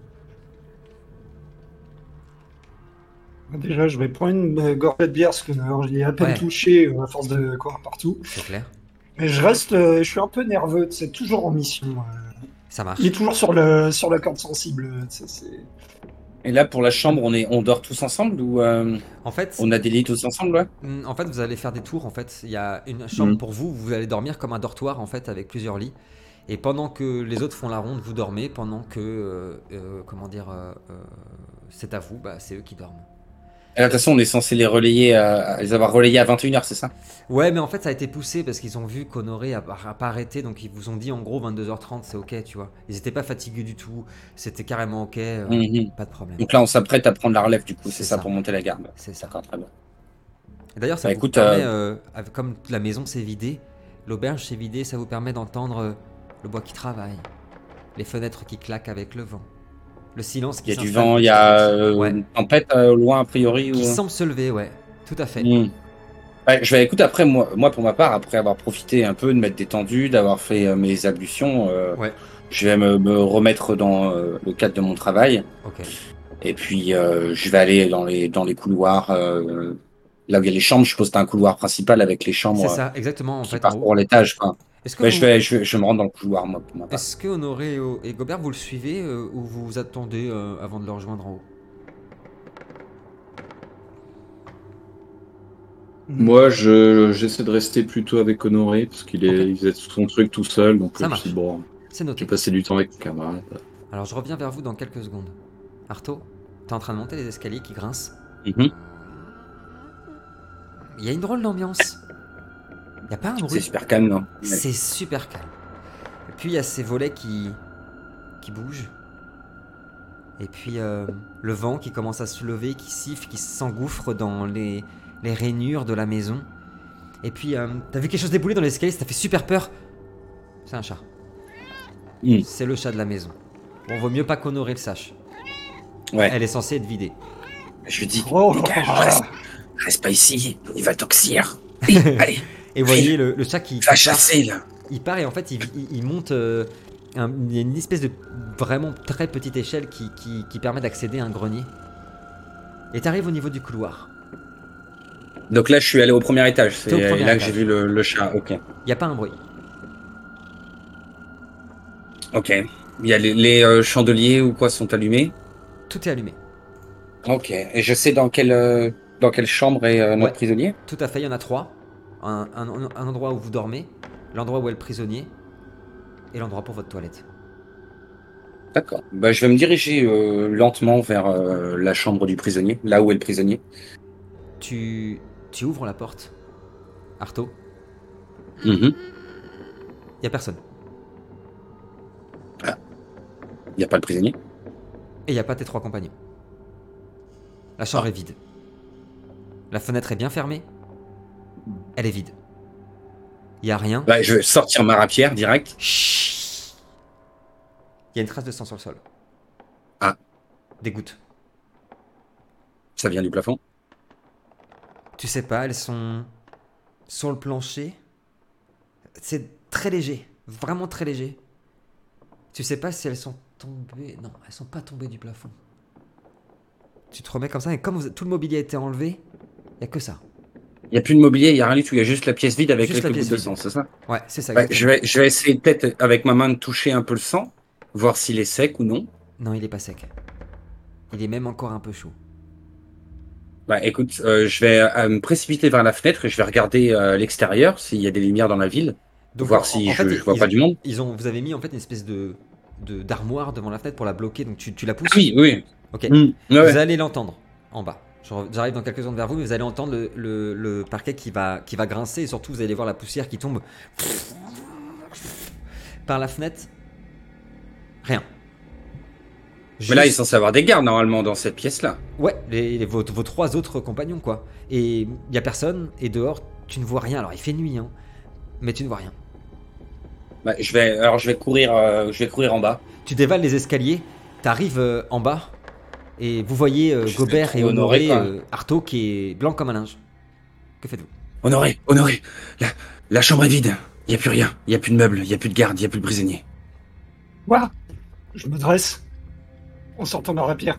[SPEAKER 4] Déjà, je vais prendre une gorgée de bière parce que j'y ai à peine
[SPEAKER 1] Ouais.
[SPEAKER 4] touché à force de courir partout.
[SPEAKER 1] C'est clair.
[SPEAKER 4] Mais je suis un peu nerveux, c'est toujours en mission.
[SPEAKER 1] Ça marche.
[SPEAKER 4] Il est toujours sur la corde sensible.
[SPEAKER 2] Et là, pour la chambre, on dort tous ensemble ou
[SPEAKER 1] En fait,
[SPEAKER 2] on a des lits tous ensemble, ouais?
[SPEAKER 1] vous allez faire des tours. En fait, il y a une chambre
[SPEAKER 3] Mhm.
[SPEAKER 1] pour vous. Vous allez dormir comme un dortoir en fait, avec plusieurs lits. Et pendant que les autres font la ronde, vous dormez. Pendant que, c'est à vous, bah, c'est eux qui dorment.
[SPEAKER 2] Et de toute façon, on est censé les relayer, les avoir relayés à 21h, c'est ça?
[SPEAKER 1] Ouais, mais en fait, ça a été poussé parce qu'ils ont vu qu'Honoré a pas arrêté. Donc, ils vous ont dit en gros 22h30, c'est ok, tu vois. Ils étaient pas fatigués du tout. C'était carrément ok.
[SPEAKER 2] Mhm.
[SPEAKER 1] Pas de problème.
[SPEAKER 2] Donc là, on s'apprête à prendre la relève, du coup,
[SPEAKER 1] C'est
[SPEAKER 2] c'est ça
[SPEAKER 1] ça.
[SPEAKER 2] pour monter la garde.
[SPEAKER 1] C'est ça.
[SPEAKER 2] D'accord, très bien.
[SPEAKER 1] Et d'ailleurs, ça
[SPEAKER 2] Bah,
[SPEAKER 1] vous
[SPEAKER 2] écoute,
[SPEAKER 1] permet, comme la maison s'est vidée, l'auberge s'est vidée, ça vous permet d'entendre le bois qui travaille, les fenêtres qui claquent avec le vent, le silence
[SPEAKER 2] Il
[SPEAKER 1] qui
[SPEAKER 2] y a du
[SPEAKER 1] s'installe
[SPEAKER 2] vent, il
[SPEAKER 1] petit
[SPEAKER 2] y
[SPEAKER 1] à
[SPEAKER 2] a
[SPEAKER 1] petit. Ouais.
[SPEAKER 2] une tempête au loin, a priori.
[SPEAKER 1] Qui
[SPEAKER 2] ou...
[SPEAKER 1] semble se lever, ouais, tout à fait.
[SPEAKER 2] Ouais, je vais écouter après, moi, pour ma part, après avoir profité un peu de m'être détendu, d'avoir fait mes ablutions,
[SPEAKER 1] Ouais,
[SPEAKER 2] je vais me remettre dans le cadre de mon travail.
[SPEAKER 1] ok.
[SPEAKER 2] Et puis, je vais aller dans les couloirs. Là où il y a les chambres, je suppose que t'as un couloir principal avec les
[SPEAKER 1] C'est
[SPEAKER 2] chambres
[SPEAKER 1] ça, exactement, en
[SPEAKER 2] qui
[SPEAKER 1] fait, en
[SPEAKER 2] parcourent
[SPEAKER 1] haut.
[SPEAKER 2] l'étage, quoi.
[SPEAKER 1] Est-ce que
[SPEAKER 2] Ouais,
[SPEAKER 1] vous...
[SPEAKER 2] je me rends dans le couloir, moi, pour ma part.
[SPEAKER 1] Est-ce que Honoré et Gobert, vous le suivez ou vous attendez avant de le rejoindre en haut?
[SPEAKER 3] Moi, j'essaie de rester plutôt avec Honoré, parce il faisait son truc tout seul, donc
[SPEAKER 1] Ça
[SPEAKER 3] je
[SPEAKER 1] marche.
[SPEAKER 3] suis bon.
[SPEAKER 1] C'est
[SPEAKER 3] J'ai
[SPEAKER 1] noté.
[SPEAKER 3] passé du temps avec mon camarade.
[SPEAKER 1] Alors, je reviens vers vous dans quelques secondes. Arto, t'es en train de monter les escaliers qui grincent.
[SPEAKER 2] Mhm.
[SPEAKER 1] Il y a une drôle d'ambiance. Il y a pas un
[SPEAKER 2] C'est
[SPEAKER 1] bruit.
[SPEAKER 2] super calme, non?
[SPEAKER 1] C'est super calme. Et puis il y a ces volets qui bougent. Et puis le vent qui commence à se lever, qui siffle, qui s'engouffre dans les rainures de la maison. Et puis t'as vu quelque chose débouler dans l'escalier, ça t'a fait super peur. C'est un chat.
[SPEAKER 2] Mm.
[SPEAKER 1] C'est le chat de la maison. Bon, vaut mieux pas qu'Honoré le sache.
[SPEAKER 2] Ouais.
[SPEAKER 1] Elle est censée être vidée.
[SPEAKER 2] Je lui dis,
[SPEAKER 4] Oh,
[SPEAKER 2] reste pas ici, il va toxir. Allez, allez,
[SPEAKER 1] Et vous voyez le chat qui
[SPEAKER 2] va
[SPEAKER 1] part.
[SPEAKER 2] chasser, là.
[SPEAKER 1] Il part et en fait il monte. Il y a une espèce de vraiment très petite échelle qui permet d'accéder à un grenier. Et t'arrives au niveau du couloir.
[SPEAKER 2] Donc là, je suis allé au premier étage.
[SPEAKER 1] T'es au
[SPEAKER 2] C'est
[SPEAKER 1] premier
[SPEAKER 2] là que
[SPEAKER 1] étage.
[SPEAKER 2] j'ai vu le chat. Ok.
[SPEAKER 1] Il n'y a pas un bruit.
[SPEAKER 2] Ok. Il y a les chandeliers ou quoi sont allumés.
[SPEAKER 1] Tout est allumé.
[SPEAKER 2] Ok. Et je sais dans quelle chambre est notre
[SPEAKER 1] Ouais.
[SPEAKER 2] prisonnier.
[SPEAKER 1] Tout à fait, il y en a trois. Un endroit où vous dormez, l'endroit où est le prisonnier, et l'endroit pour votre toilette.
[SPEAKER 2] D'accord. Bah, je vais me diriger lentement vers la chambre du prisonnier, là où est le prisonnier.
[SPEAKER 1] Tu ouvres la porte. Arto,
[SPEAKER 2] Mhm.
[SPEAKER 1] il y a personne.
[SPEAKER 2] Il n'y a pas le prisonnier.
[SPEAKER 1] Et il n'y a pas tes trois compagnons. La chambre est vide. La fenêtre est bien fermée. Elle est vide. Il n'y a rien.
[SPEAKER 2] Bah, je vais sortir ma rapière direct.
[SPEAKER 1] Chut. Il y a une trace de sang sur le sol.
[SPEAKER 2] Ah.
[SPEAKER 1] Des gouttes.
[SPEAKER 2] Ça vient du plafond.
[SPEAKER 1] Tu sais pas, elles sont sur le plancher. C'est très léger, vraiment très léger. Tu sais pas si elles sont tombées. Non, elles sont pas tombées du plafond. Tu te remets comme ça et comme tout le mobilier a été enlevé, il y a que ça.
[SPEAKER 2] Il n'y a plus de mobilier, il n'y a rien du tout. Il y a juste la pièce vide avec
[SPEAKER 1] Juste la
[SPEAKER 2] quelques
[SPEAKER 1] pièce
[SPEAKER 2] gouttes de
[SPEAKER 1] vide.
[SPEAKER 2] sang, c'est ça?
[SPEAKER 1] Ouais, c'est ça.
[SPEAKER 2] Ouais,
[SPEAKER 1] exactement.
[SPEAKER 2] je vais essayer peut-être avec ma main de toucher un peu le sang, voir s'il est sec ou non.
[SPEAKER 1] Non, il est pas sec. Il est même encore un peu chaud.
[SPEAKER 2] Bah écoute, je vais me précipiter vers la fenêtre et je vais regarder à l'extérieur s'il y a des lumières dans la ville,
[SPEAKER 1] Donc,
[SPEAKER 2] voir si
[SPEAKER 1] en fait,
[SPEAKER 2] je vois pas du monde.
[SPEAKER 1] vous avez mis en fait une espèce d'armoire devant la fenêtre pour la bloquer, donc tu la pousses.
[SPEAKER 2] Ah oui, oui.
[SPEAKER 1] Ok.
[SPEAKER 2] Mm, ouais,
[SPEAKER 1] Vous
[SPEAKER 2] ouais.
[SPEAKER 1] allez l'entendre en bas. J'arrive dans quelques secondes vers vous, mais vous allez entendre le parquet qui va grincer et surtout vous allez voir la poussière qui tombe par la fenêtre. Rien.
[SPEAKER 2] Mais là, il est
[SPEAKER 1] Juste-
[SPEAKER 2] censé avoir des gardes normalement dans cette pièce-là.
[SPEAKER 1] Ouais, vos trois autres compagnons quoi. Et il y a personne et dehors tu ne vois rien. Alors il fait nuit hein, mais tu ne vois rien.
[SPEAKER 2] Bah, je vais courir en bas.
[SPEAKER 1] Tu dévales les escaliers, t'arrives en bas, et vous voyez
[SPEAKER 2] Je vais
[SPEAKER 1] Gobert et
[SPEAKER 2] trouver Honoré,
[SPEAKER 1] Honoré,
[SPEAKER 2] quoi.
[SPEAKER 1] Artaud qui est blanc comme un linge. Que faites-vous?
[SPEAKER 2] Honoré, la chambre est vide. Il y a plus rien. Il y a plus de meubles, il y a plus de garde, il y a plus de prisonniers.
[SPEAKER 4] Quoi? Je me dresse. On s'entend dans la pierre.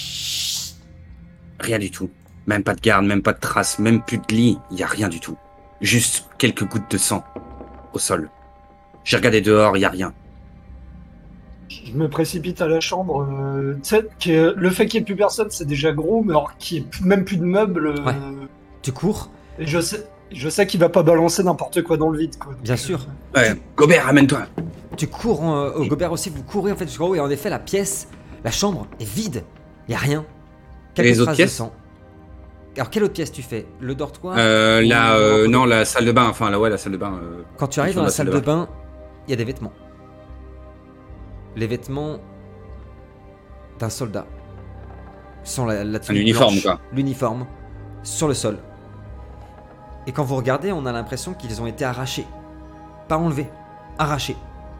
[SPEAKER 2] Rien du tout. Même pas de garde, même pas de traces, même plus de lit. Il y a rien du tout. Juste quelques gouttes de sang au sol. J'ai regardé dehors, il y a rien.
[SPEAKER 4] Je me précipite à la chambre. Tu sais, le fait qu'il n'y ait plus personne, c'est déjà gros, mais alors qu'il n'y ait même plus de meubles.
[SPEAKER 1] Ouais. Tu cours,
[SPEAKER 4] Et je sais qu'il va pas balancer n'importe quoi dans le vide, quoi.
[SPEAKER 1] bien sûr.
[SPEAKER 2] Ouais, Gobert, amène-toi.
[SPEAKER 1] Tu cours au Gobert aussi, vous courez en fait jusqu'en haut, et en effet, la pièce, la chambre est vide. Il n'y a rien.
[SPEAKER 2] Et les
[SPEAKER 1] Quelques
[SPEAKER 2] autres
[SPEAKER 1] traces de
[SPEAKER 2] pièces
[SPEAKER 1] sang. Alors, quelle autre pièce tu fais? Le dortoir?
[SPEAKER 2] Non, la salle de bain. Enfin, la salle de bain.
[SPEAKER 1] Quand tu arrives dans la salle de bain, il y a des vêtements. Les vêtements d'un soldat. Sont la tenue
[SPEAKER 2] Un uniforme,
[SPEAKER 1] blanche,
[SPEAKER 2] quoi.
[SPEAKER 1] l'uniforme, sur le sol. Et quand vous regardez, on a l'impression qu'ils ont été arrachés. Pas enlevés, arrachés.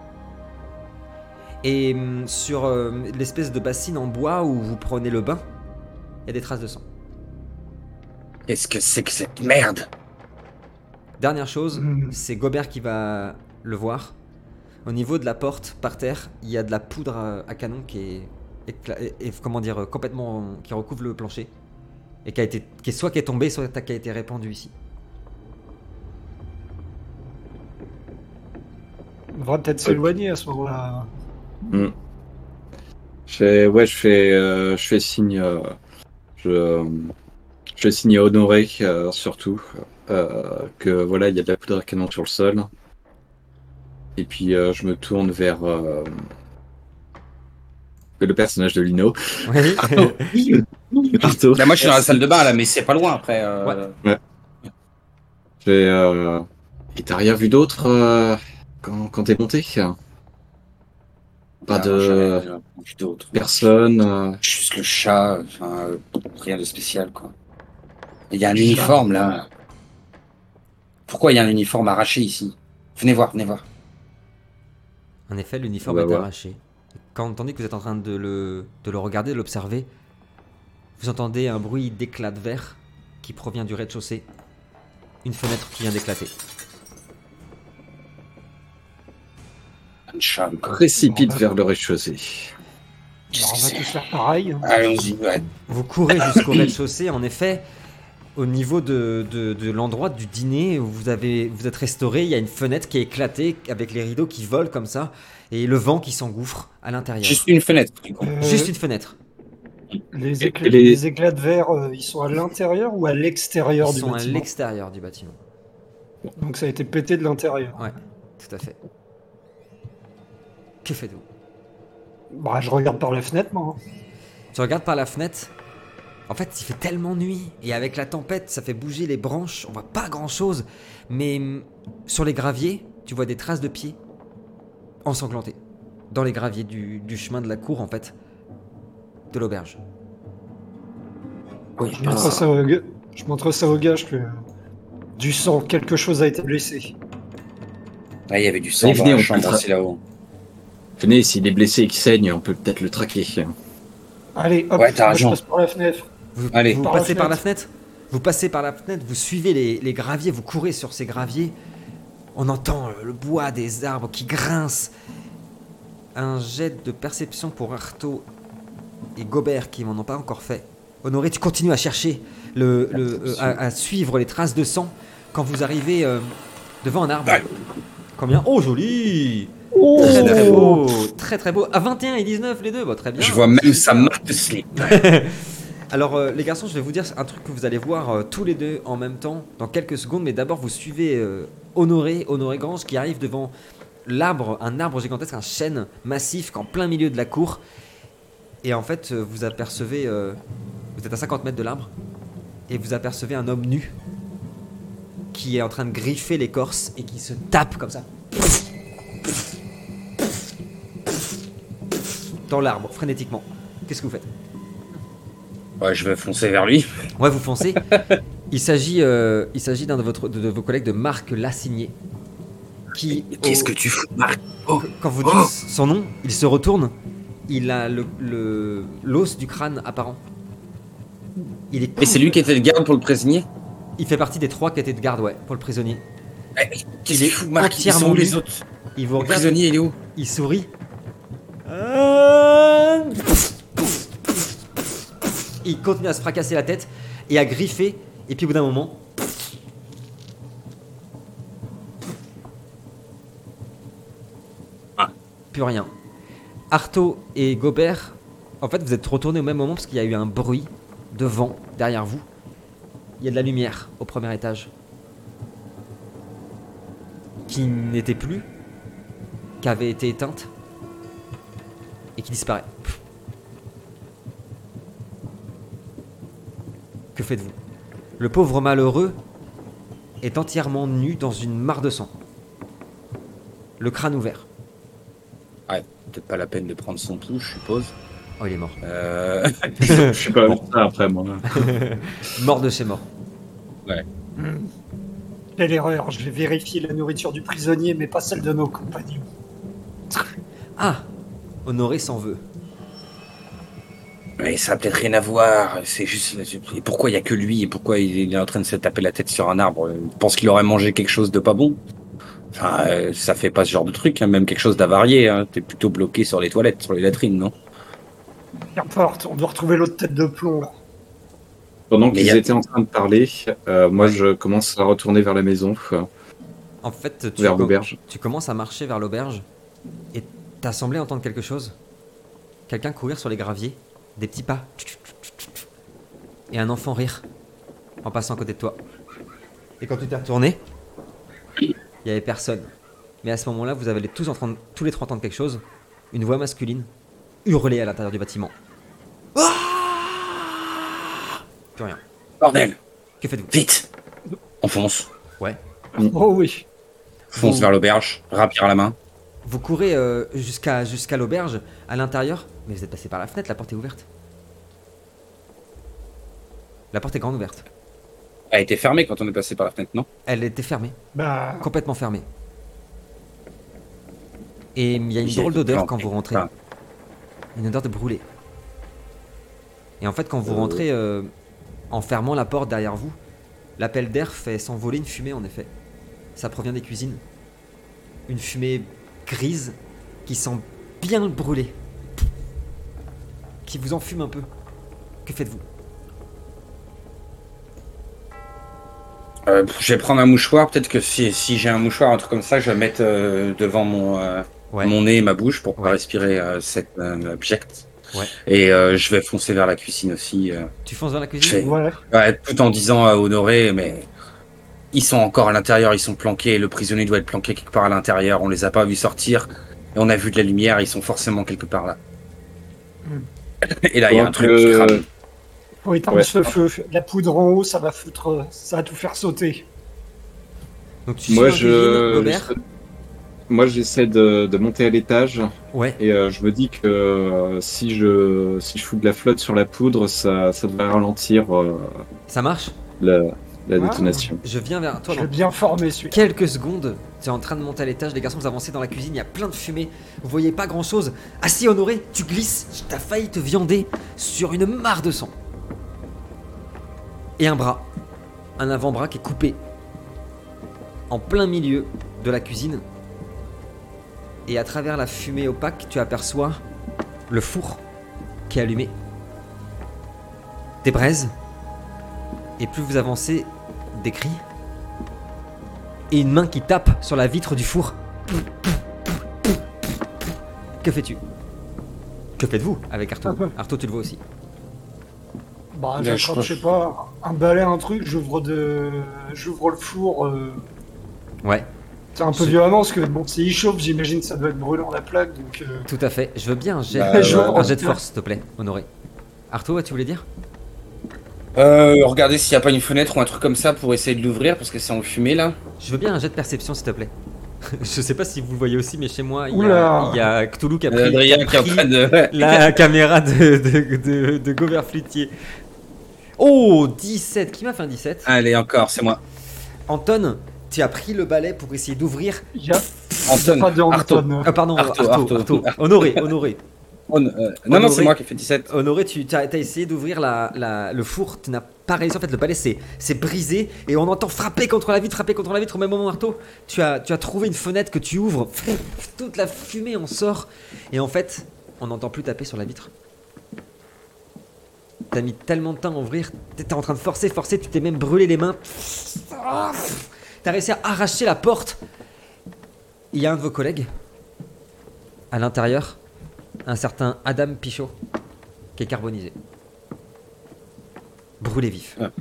[SPEAKER 1] Et sur l'espèce de bassine en bois où vous prenez le bain, il y a des traces de sang.
[SPEAKER 2] Qu'est-ce que c'est que cette merde?
[SPEAKER 1] Dernière chose,
[SPEAKER 4] Hmm.
[SPEAKER 1] c'est Gobert qui va le voir. Au niveau de la porte, par terre, il y a de la poudre à canon qui est comment dire, complètement, qui recouvre le plancher. Et qui est tombée, soit qui a été répandue ici.
[SPEAKER 4] On devrait peut-être s'éloigner à ce moment-là.
[SPEAKER 3] Je fais signe. Je fais signe à Honoré, surtout, que voilà, il y a de la poudre à canon sur le sol. Et puis je me tourne vers le personnage de Lino.
[SPEAKER 1] Oui.
[SPEAKER 3] Artaud.
[SPEAKER 2] Là, moi, je suis dans la salle de bain, là, mais c'est pas loin après.
[SPEAKER 3] Et t'as rien vu d'autre quand t'es monté? Pas de
[SPEAKER 2] d'autres.
[SPEAKER 3] personne.
[SPEAKER 2] Juste le chat, enfin, rien de spécial, quoi. Il y a un uniforme, là. Pourquoi il y a un uniforme arraché ici? Venez voir, venez voir.
[SPEAKER 1] En effet, l'uniforme
[SPEAKER 3] On va
[SPEAKER 1] est
[SPEAKER 3] voir.
[SPEAKER 1] arraché. Tandis que vous êtes en train de le regarder, de l'observer, vous entendez un bruit d'éclat de verre qui provient du rez-de-chaussée. Une fenêtre qui vient d'éclater.
[SPEAKER 2] Un chat, quoi.
[SPEAKER 3] Précipite vers le rez-de-chaussée.
[SPEAKER 4] Alors, on va tous faire pareil.
[SPEAKER 2] Allons-y, ouais.
[SPEAKER 1] Vous courez jusqu'au rez-de-chaussée. En effet, au niveau de l'endroit du dîner où vous êtes restauré, il y a une fenêtre qui est éclatée avec les rideaux qui volent comme ça et le vent qui s'engouffre à l'intérieur.
[SPEAKER 2] Juste une fenêtre, du coup.
[SPEAKER 1] Juste une fenêtre.
[SPEAKER 4] Les
[SPEAKER 3] Et
[SPEAKER 4] éclats,
[SPEAKER 3] les-
[SPEAKER 4] les éclats de verre, ils sont à l'intérieur ou à l'extérieur
[SPEAKER 1] Ils
[SPEAKER 4] du
[SPEAKER 1] sont à
[SPEAKER 4] bâtiment?
[SPEAKER 1] l'extérieur du bâtiment.
[SPEAKER 4] Donc ça a été pété de l'intérieur.
[SPEAKER 1] Ouais, tout à fait. Que faites-vous?
[SPEAKER 4] Bah, je regarde par la fenêtre, moi.
[SPEAKER 1] Tu regardes par la fenêtre. En fait, il fait tellement nuit et avec la tempête, ça fait bouger les branches. On voit pas grand-chose, mais sur les graviers, tu vois des traces de pieds ensanglantés dans les graviers du chemin de la cour en fait, de l'auberge.
[SPEAKER 2] Oui,
[SPEAKER 4] Je montre ça au gage que du sang, quelque chose a été blessé.
[SPEAKER 2] il y avait du sang
[SPEAKER 3] Allez,
[SPEAKER 2] dans
[SPEAKER 3] venez,
[SPEAKER 2] la
[SPEAKER 3] on
[SPEAKER 2] chambre
[SPEAKER 3] peut
[SPEAKER 2] aussi là-haut.
[SPEAKER 3] Venez, s'il est blessé et qu'il saigne, on peut peut-être le traquer.
[SPEAKER 4] Allez, hop,
[SPEAKER 2] Ouais, t'as
[SPEAKER 4] moi, je
[SPEAKER 2] raison.
[SPEAKER 4] passe par la fenêtre.
[SPEAKER 1] Vous,
[SPEAKER 2] Allez.
[SPEAKER 1] vous
[SPEAKER 4] Par la
[SPEAKER 1] passez par la
[SPEAKER 4] fenêtre.
[SPEAKER 1] fenêtre. Vous passez par la fenêtre, vous suivez les graviers, vous courez sur ces graviers. On entend le bois des arbres qui grince. Un jet de perception pour Artaud et Gobert qui m'en ont pas encore fait. Honoré, tu continues à chercher, à suivre les traces de sang quand vous arrivez devant un arbre.
[SPEAKER 2] Ouais.
[SPEAKER 1] Combien? Oh, joli!
[SPEAKER 4] Oh,
[SPEAKER 1] Très très beau, très très beau. À 21 et 19 les deux, bah, très bien.
[SPEAKER 2] Je vois même sa marque de slip.
[SPEAKER 1] Alors les garçons, je vais vous dire un truc que vous allez voir tous les deux en même temps dans quelques secondes, mais d'abord vous suivez Honoré Grange qui arrive devant un arbre gigantesque, un chêne massif en plein milieu de la cour. Et en fait, vous apercevez, vous êtes à 50 mètres de l'arbre, et vous apercevez un homme nu qui est en train de griffer l'écorce et qui se tape comme ça. Dans l'arbre, frénétiquement. Qu'est-ce que vous faites?
[SPEAKER 2] Ouais, je vais foncer vers lui.
[SPEAKER 1] Ouais, vous foncez. Il s'agit d'un de vos collègues de Marc Lassigné. qui,
[SPEAKER 2] Mais qu'est-ce que tu fous, Marc?
[SPEAKER 1] quand vous dites son nom, il se retourne. Il a l'os du crâne apparent. Il est
[SPEAKER 2] Et c'est lui qui était le garde pour le prisonnier?
[SPEAKER 1] Il fait partie des 3 qui étaient de garde, ouais, pour le prisonnier.
[SPEAKER 2] Qu'est-ce
[SPEAKER 1] Il
[SPEAKER 2] qu'il
[SPEAKER 1] est
[SPEAKER 2] fout, Marc? Ils sont
[SPEAKER 1] entièrement
[SPEAKER 2] où les
[SPEAKER 1] nu.
[SPEAKER 2] autres?
[SPEAKER 1] Il vous
[SPEAKER 2] Le
[SPEAKER 1] regarde,
[SPEAKER 2] prisonnier, il est où?
[SPEAKER 1] il sourit. Il continue à se fracasser la tête et à griffer. Et puis au bout d'un moment, plus rien. Artaud et Gobert, en fait, vous êtes retournés au même moment parce qu'il y a eu un bruit de vent derrière vous. Il y a de la lumière au premier étage qui n'était plus, qui avait été éteinte et qui disparaît. Que faites-vous? Le pauvre malheureux est entièrement nu dans une mare de sang. Le crâne ouvert.
[SPEAKER 2] Ouais, peut-être pas la peine de prendre son pouls, je suppose.
[SPEAKER 1] Oh, il est mort.
[SPEAKER 3] Je sais pas ça après moi.
[SPEAKER 1] Mort de chez mort.
[SPEAKER 4] Quelle erreur, je vais vérifier la nourriture du prisonnier, mais pas celle de nos compagnons.
[SPEAKER 1] Ah, Honoré s'en veut.
[SPEAKER 2] Mais ça a peut-être rien à voir. C'est juste. Et pourquoi il y a que lui? Et pourquoi il est en train de se taper la tête sur un arbre? Il pense qu'il aurait mangé quelque chose de pas bon. Enfin, ça fait pas ce genre de truc, hein. Même quelque chose d'avarié. Hein. T'es plutôt bloqué sur les toilettes, sur les latrines, non?
[SPEAKER 4] Qu'importe, on doit retrouver l'autre tête de plomb. Là.
[SPEAKER 3] Pendant
[SPEAKER 2] Mais
[SPEAKER 3] qu'ils
[SPEAKER 2] y a-
[SPEAKER 3] étaient en train de parler, moi je commence à retourner vers la maison,
[SPEAKER 1] En fait,
[SPEAKER 3] vers l'auberge.
[SPEAKER 1] tu commences à marcher vers l'auberge et t'as semblé entendre quelque chose. Quelqu'un courir sur les graviers, des petits pas. Et un enfant rire en passant à côté de toi. Et quand tu t'es retourné, il y avait personne. Mais à ce moment-là, vous avez tous les 3 entendre quelque chose. Une voix masculine hurler à l'intérieur du bâtiment. Plus rien.
[SPEAKER 2] Bordel!
[SPEAKER 1] Que faites-vous?
[SPEAKER 2] Vite! On fonce.
[SPEAKER 1] Ouais.
[SPEAKER 4] Oh oui.
[SPEAKER 2] Fonce
[SPEAKER 1] Vous-
[SPEAKER 2] vers l'auberge, rapière à la main.
[SPEAKER 1] Vous courez jusqu'à l'auberge, à l'intérieur, mais vous êtes passé par la fenêtre, la porte est ouverte. La porte est grande ouverte.
[SPEAKER 2] Elle a été fermée quand on est passé par la fenêtre, non?
[SPEAKER 1] Elle était fermée,
[SPEAKER 4] Bah,
[SPEAKER 1] complètement fermée. Et il y a une
[SPEAKER 2] Il y a
[SPEAKER 1] drôle
[SPEAKER 2] une
[SPEAKER 1] d'odeur
[SPEAKER 2] plante.
[SPEAKER 1] quand vous rentrez.
[SPEAKER 2] Ah.
[SPEAKER 1] Une odeur de brûlé. Et en fait, quand vous rentrez en fermant la porte derrière vous, l'appel d'air fait s'envoler une fumée en effet. Ça provient des cuisines. Une fumée grise qui sent bien le brûlé. Qui vous enfume un peu. Que faites-vous?
[SPEAKER 2] Je vais prendre un mouchoir. Peut-être que si j'ai un mouchoir, un truc comme ça, je vais le mettre devant mon nez et ma bouche pour pas
[SPEAKER 1] Ouais.
[SPEAKER 2] respirer cet object.
[SPEAKER 1] Ouais.
[SPEAKER 2] Et je vais foncer vers la cuisine aussi.
[SPEAKER 1] Tu fonces dans la
[SPEAKER 2] Je
[SPEAKER 1] cuisine?
[SPEAKER 2] fais-
[SPEAKER 4] ouais.
[SPEAKER 2] Ouais, tout en disant à Honoré, mais ils sont encore à l'intérieur, ils sont planqués. Le prisonnier doit être planqué quelque part à l'intérieur. On les a pas vus sortir. Et on a vu de la lumière, ils sont forcément quelque part là. Et là, il y a un
[SPEAKER 3] Donc,
[SPEAKER 2] truc qui crame.
[SPEAKER 4] Faut éteindre
[SPEAKER 3] Ouais.
[SPEAKER 4] ce feu. La poudre en haut, ça va tout faire sauter.
[SPEAKER 1] Donc tu
[SPEAKER 3] Moi
[SPEAKER 1] suis dans la cuisine, Gobert.
[SPEAKER 3] moi j'essaie de monter à l'étage
[SPEAKER 1] Ouais.
[SPEAKER 3] et je me dis que si je fous de la flotte sur la poudre, ça devrait ralentir
[SPEAKER 1] Ça marche?
[SPEAKER 3] la
[SPEAKER 4] Ah.
[SPEAKER 3] détonation.
[SPEAKER 1] Je viens vers toi
[SPEAKER 4] Je
[SPEAKER 1] dans
[SPEAKER 4] vais bien former celui-là.
[SPEAKER 1] quelques secondes. Tu es en train de monter à l'étage, les garçons, vous avancez dans la cuisine, il y a plein de fumée. Vous voyez pas grand chose. Ah si, Honoré, tu glisses, t'as failli te viander sur une mare de sang. Et un bras, un avant-bras qui est coupé en plein milieu de la cuisine. Et à travers la fumée opaque, tu aperçois le four qui est allumé. Des braises. Et plus vous avancez, des cris. Et une main qui tape sur la vitre du four. Que fais-tu? Que faites-vous avec Artaud? Artaud, tu le vois aussi.
[SPEAKER 4] Bah,
[SPEAKER 2] Là,
[SPEAKER 4] j'attrape, je sais pas, un balai, un truc, j'ouvre le four.
[SPEAKER 1] Ouais,
[SPEAKER 4] C'est un peu violemment parce que bon, s'il chauffe, j'imagine que ça doit être brûlant la plaque. Donc,
[SPEAKER 1] tout à fait. Je veux bien un jet,
[SPEAKER 2] Bah,
[SPEAKER 1] un jet de force, s'il te plaît, Honoré. Artaud, tu voulais dire?
[SPEAKER 2] Regardez s'il n'y a pas une fenêtre ou un truc comme ça pour essayer de l'ouvrir parce que c'est en fumée là.
[SPEAKER 1] Je veux bien un jet de perception, s'il te plaît. Je sais pas si vous le voyez aussi, mais chez moi,
[SPEAKER 4] Oula.
[SPEAKER 1] il y a Cthulhu qui a pris,
[SPEAKER 2] Adrien
[SPEAKER 1] qui a
[SPEAKER 2] qui est en
[SPEAKER 1] pris
[SPEAKER 2] train de.
[SPEAKER 1] la caméra de Gobert Flûtier. Oh, 17. Qui m'a fait un 17?
[SPEAKER 2] Allez, encore, c'est moi.
[SPEAKER 1] Anton, Tu as pris le balai pour essayer d'ouvrir.
[SPEAKER 4] Il y a
[SPEAKER 2] Anton,
[SPEAKER 4] pas de
[SPEAKER 2] Arto.
[SPEAKER 4] Anton.
[SPEAKER 1] Ah, pardon,
[SPEAKER 2] Arto,
[SPEAKER 1] Arto.
[SPEAKER 2] Arto.
[SPEAKER 1] Honoré.
[SPEAKER 2] Non, c'est moi qui ai fait 17.
[SPEAKER 1] Honoré, tu as essayé d'ouvrir le four, tu n'as pas réussi. En fait, le balai c'est brisé et on entend frapper contre la vitre au même moment. Arto, tu as trouvé une fenêtre que tu ouvres, toute la fumée en sort et en fait, on n'entend plus taper sur la vitre. T'as mis tellement de temps à ouvrir, t'étais en train de forcer, tu t'es même brûlé les mains. T'as réussi à arracher la porte. Il y a un de vos collègues à l'intérieur, un certain Adam Pichot, qui est carbonisé. Brûlé vif.
[SPEAKER 2] Ouais.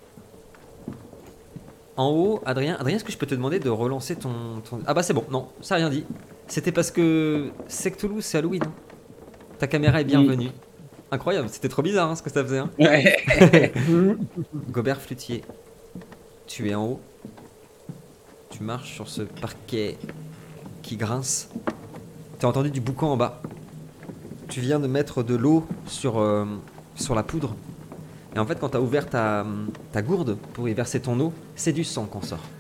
[SPEAKER 1] En haut, Adrien, est-ce que je peux te demander de relancer ton... Ah bah c'est bon, non, ça a rien dit. C'était parce que c'est que Toulouse, c'est Halloween. Ta caméra est bienvenue. Incroyable, c'était trop bizarre ce que ça faisait.
[SPEAKER 2] Ouais.
[SPEAKER 1] Gobert Flutier, tu es en haut. Tu marches sur ce parquet qui grince. Tu as entendu du boucan en bas. Tu viens de mettre de l'eau sur la poudre. Et en fait, quand tu as ouvert ta gourde pour y verser ton eau, c'est du sang qu'on sort.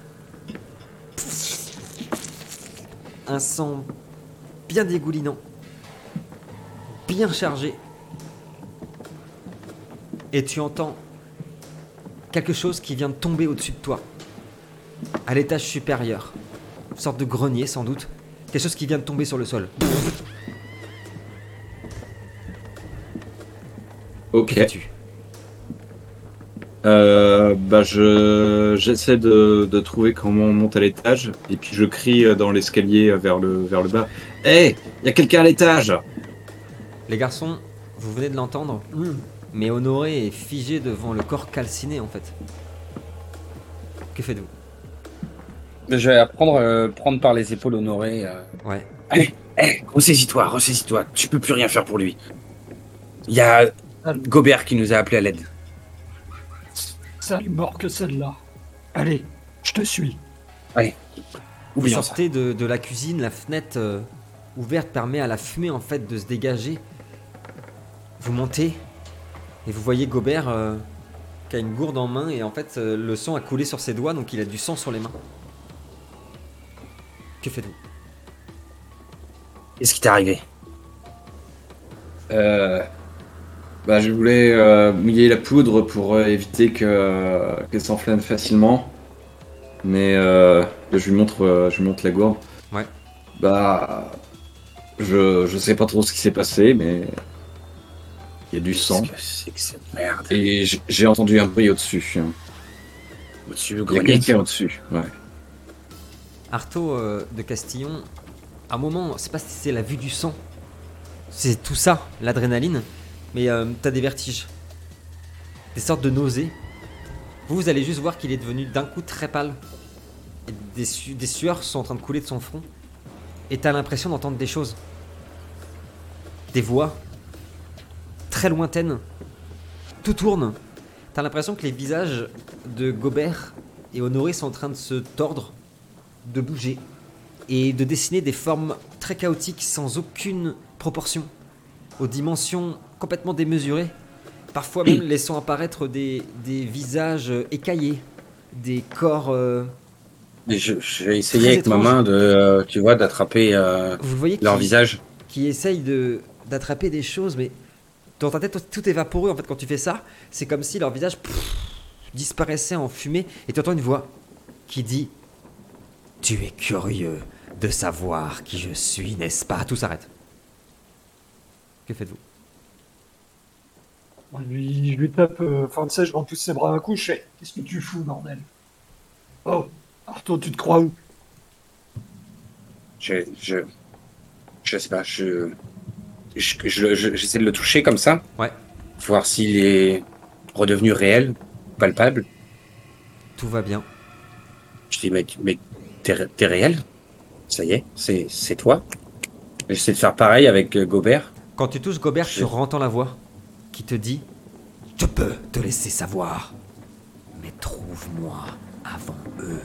[SPEAKER 1] Un sang bien dégoulinant, bien chargé. Et tu entends quelque chose qui vient de tomber au-dessus de toi, à l'étage supérieur. Une sorte de grenier sans doute. Quelque chose qui vient de tomber sur le sol.
[SPEAKER 3] Ok.
[SPEAKER 1] Que fais-tu ?
[SPEAKER 3] J'essaie de trouver comment on monte à l'étage et puis je crie dans l'escalier vers le bas. Hé, il y a quelqu'un à l'étage.
[SPEAKER 1] Les garçons, vous venez de l'entendre, mais Honoré est figé devant le corps calciné en fait. Que faites-vous ?
[SPEAKER 2] Je vais prendre par les épaules Honoré.
[SPEAKER 1] Ouais.
[SPEAKER 2] Allez, ressaisis-toi. Tu peux plus rien faire pour lui. Il y a Gobert qui nous a appelé à l'aide.
[SPEAKER 4] Sale mort que celle-là. Allez, je te suis.
[SPEAKER 2] Allez,
[SPEAKER 1] Vous
[SPEAKER 2] oublions ça.
[SPEAKER 1] sortez de la cuisine, la fenêtre ouverte permet à la fumée en fait de se dégager. Vous montez et vous voyez Gobert qui a une gourde en main et en fait le sang a coulé sur ses doigts donc il a du sang sur les mains. Que faites-vous ?
[SPEAKER 2] Qu'est-ce qui t'est arrivé?
[SPEAKER 3] Je voulais mouiller la poudre pour éviter qu'elle s'enflamme facilement. Mais je lui montre la gourde.
[SPEAKER 1] Ouais.
[SPEAKER 3] Je sais pas trop ce qui s'est passé, mais il y a du sang.
[SPEAKER 2] Qu'est-ce que c'est que cette merde?
[SPEAKER 3] Et j'ai entendu un bruit au-dessus.
[SPEAKER 2] Au-dessus du
[SPEAKER 3] Il y a
[SPEAKER 2] grenier.
[SPEAKER 3] quelqu'un au-dessus. Ouais.
[SPEAKER 1] Artaud de Castillon, à un moment, c'est pas si c'est la vue du sang, c'est tout ça, l'adrénaline, mais t'as des vertiges, des sortes de nausées. Vous allez juste voir qu'il est devenu d'un coup très pâle, et des sueurs sont en train de couler de son front, et t'as l'impression d'entendre des choses, des voix très lointaines. Tout tourne. T'as l'impression que les visages de Gobert et Honoré sont en train de se tordre, de bouger et de dessiner des formes très chaotiques sans aucune proportion, aux dimensions complètement démesurées, parfois même laissant apparaître des visages écaillés, des corps...
[SPEAKER 2] Mais j'ai essayé
[SPEAKER 1] Très
[SPEAKER 2] avec ma
[SPEAKER 1] étrange.
[SPEAKER 2] main d'attraper
[SPEAKER 1] vous le voyez
[SPEAKER 2] leur visage.
[SPEAKER 1] qui essaye d'attraper des choses, mais dans ta tête tout est vaporeux en fait quand tu fais ça. C'est comme si leur visage disparaissait en fumée et tu entends une voix qui dit: tu es curieux de savoir qui je suis, n'est-ce pas? Tout s'arrête. Que faites-vous?
[SPEAKER 4] Je lui tape, tu sais, je rends tous ses bras à couche. Qu'est-ce que tu fous, bordel? Oh, Arto, tu te crois où?
[SPEAKER 2] Je sais pas, j'essaie de le toucher comme ça.
[SPEAKER 1] Ouais.
[SPEAKER 2] Voir s'il est redevenu réel, palpable.
[SPEAKER 1] Tout va bien.
[SPEAKER 2] Je dis, mais t'es réel? Ça y est, c'est toi? J'essaie de faire pareil avec Gobert.
[SPEAKER 1] Quand tu touches Gobert, tu
[SPEAKER 2] Je-
[SPEAKER 1] entends la voix qui te dit: je peux te laisser savoir, mais trouve-moi avant eux.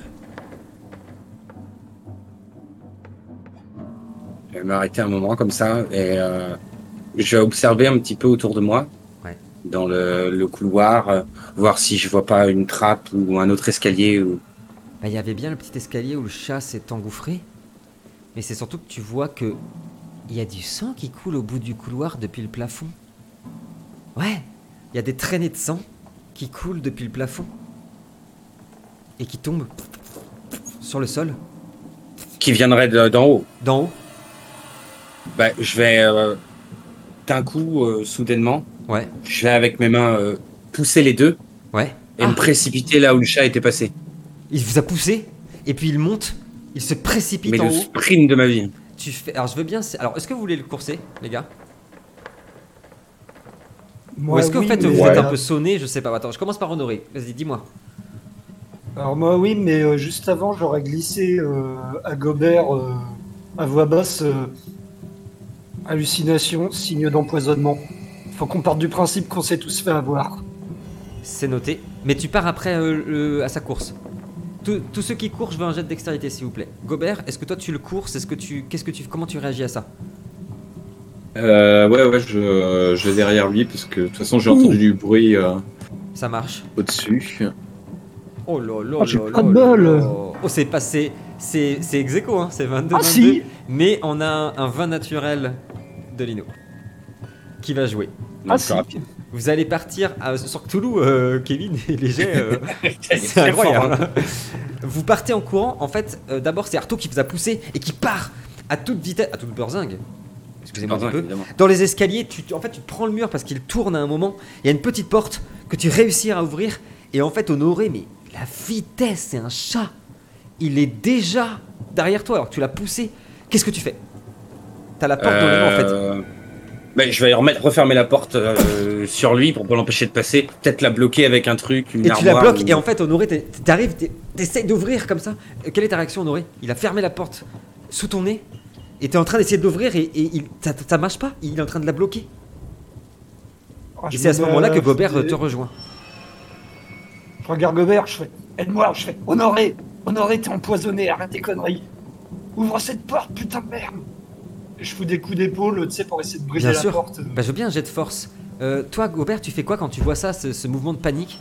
[SPEAKER 2] Je vais m'arrêter un moment comme ça et je vais observer un petit peu autour de moi,
[SPEAKER 1] Ouais.
[SPEAKER 2] dans le couloir, voir si je vois pas une trappe ou un autre escalier
[SPEAKER 1] Bah, il y avait bien le petit escalier où le chat s'est engouffré. Mais c'est surtout que tu vois que il y a du sang qui coule au bout du couloir depuis le plafond. Ouais, il y a des traînées de sang qui coulent depuis le plafond. Et qui tombent sur le sol,
[SPEAKER 2] Qui viendrait d'en haut.
[SPEAKER 1] d'en haut.
[SPEAKER 2] Bah, je vais d'un coup, soudainement,
[SPEAKER 1] Ouais,
[SPEAKER 2] je vais avec mes mains pousser les deux
[SPEAKER 1] ouais.
[SPEAKER 2] et me précipiter là où le chat était passé.
[SPEAKER 1] Il vous a poussé, et puis il monte, il se précipite
[SPEAKER 2] Mais
[SPEAKER 1] en
[SPEAKER 2] le
[SPEAKER 1] haut.
[SPEAKER 2] sprint de ma vie.
[SPEAKER 1] Tu fais. Alors je veux bien. Alors est-ce que vous voulez le courser, les gars? Ou est-ce qu'en
[SPEAKER 4] oui,
[SPEAKER 1] fait
[SPEAKER 4] mais-
[SPEAKER 1] vous êtes un peu sonné? Je sais pas. Attends, je commence par Honoré. Vas-y, dis-moi.
[SPEAKER 4] Alors moi oui, mais juste avant, j'aurais glissé à Gobert à voix basse hallucination, signe d'empoisonnement. Faut qu'on parte du principe qu'on s'est tous fait avoir.
[SPEAKER 1] C'est noté. Mais tu pars après à sa course. Tous ceux qui courent, je veux un jet de dextérité, s'il vous plaît. Gobert, est-ce que toi tu le courses? Comment tu réagis à ça?
[SPEAKER 3] Ouais, je vais derrière lui, parce que de toute façon, j'ai entendu du bruit
[SPEAKER 1] Ça marche.
[SPEAKER 3] au-dessus.
[SPEAKER 1] Oh là là
[SPEAKER 4] Ah, j'ai
[SPEAKER 1] là
[SPEAKER 4] pas
[SPEAKER 1] là
[SPEAKER 4] de
[SPEAKER 1] là
[SPEAKER 4] bol.
[SPEAKER 1] là. Oh, c'est passé. C'est ex aequo, hein. C'est 22-22.
[SPEAKER 4] Ah si.
[SPEAKER 1] Mais on a un 20 naturel de Lino qui va jouer.
[SPEAKER 4] Ah si.
[SPEAKER 1] Vous allez partir sur Cthulhu, Kevin, et les jets, c'est
[SPEAKER 2] C'est
[SPEAKER 1] incroyable.
[SPEAKER 2] fort, hein.
[SPEAKER 1] Vous partez en courant. En fait, d'abord, c'est Arto qui vous a poussé et qui part à toute vitesse, à toute beurzingue. Excusez-moi un
[SPEAKER 2] Pardon,
[SPEAKER 1] peu.
[SPEAKER 2] évidemment.
[SPEAKER 1] Dans les escaliers, en fait, tu prends le mur parce qu'il tourne à un moment. Il y a une petite porte que tu réussis à ouvrir. Et en fait, Honoré, mais la vitesse, c'est un chat. Il est déjà derrière toi alors que tu l'as poussé. Qu'est-ce que tu fais? T'as la porte dans les mains, en fait.
[SPEAKER 2] Bah, je vais refermer la porte sur lui pour pas l'empêcher de passer. Peut-être la bloquer avec un truc, une
[SPEAKER 1] Et tu la
[SPEAKER 2] armoire.
[SPEAKER 1] bloques.
[SPEAKER 2] ou-
[SPEAKER 1] Et en fait, Honoré, t'arrives, t'essayes d'ouvrir comme ça. Quelle est ta réaction, Honoré? Il a fermé la porte sous ton nez. Et t'es en train d'essayer d'ouvrir et ça marche pas. Il est en train de la bloquer.
[SPEAKER 4] Ah,
[SPEAKER 1] Et
[SPEAKER 4] je
[SPEAKER 1] c'est à
[SPEAKER 4] me
[SPEAKER 1] ce moment-là
[SPEAKER 4] mets
[SPEAKER 1] que
[SPEAKER 4] à-
[SPEAKER 1] Gobert te rejoint.
[SPEAKER 4] Je regarde Gobert, je fais aide-moi, je fais Honoré, Honoré, t'es empoisonné, arrête tes conneries. Ouvre cette porte, putain de merde. Et je fous des coups d'épaule, tu sais, pour essayer de briser
[SPEAKER 1] Bien
[SPEAKER 4] la
[SPEAKER 1] sûr.
[SPEAKER 4] porte.
[SPEAKER 1] Bah, je veux bien un jet de force. Toi, Gobert, tu fais quoi quand tu vois ça, ce mouvement de panique?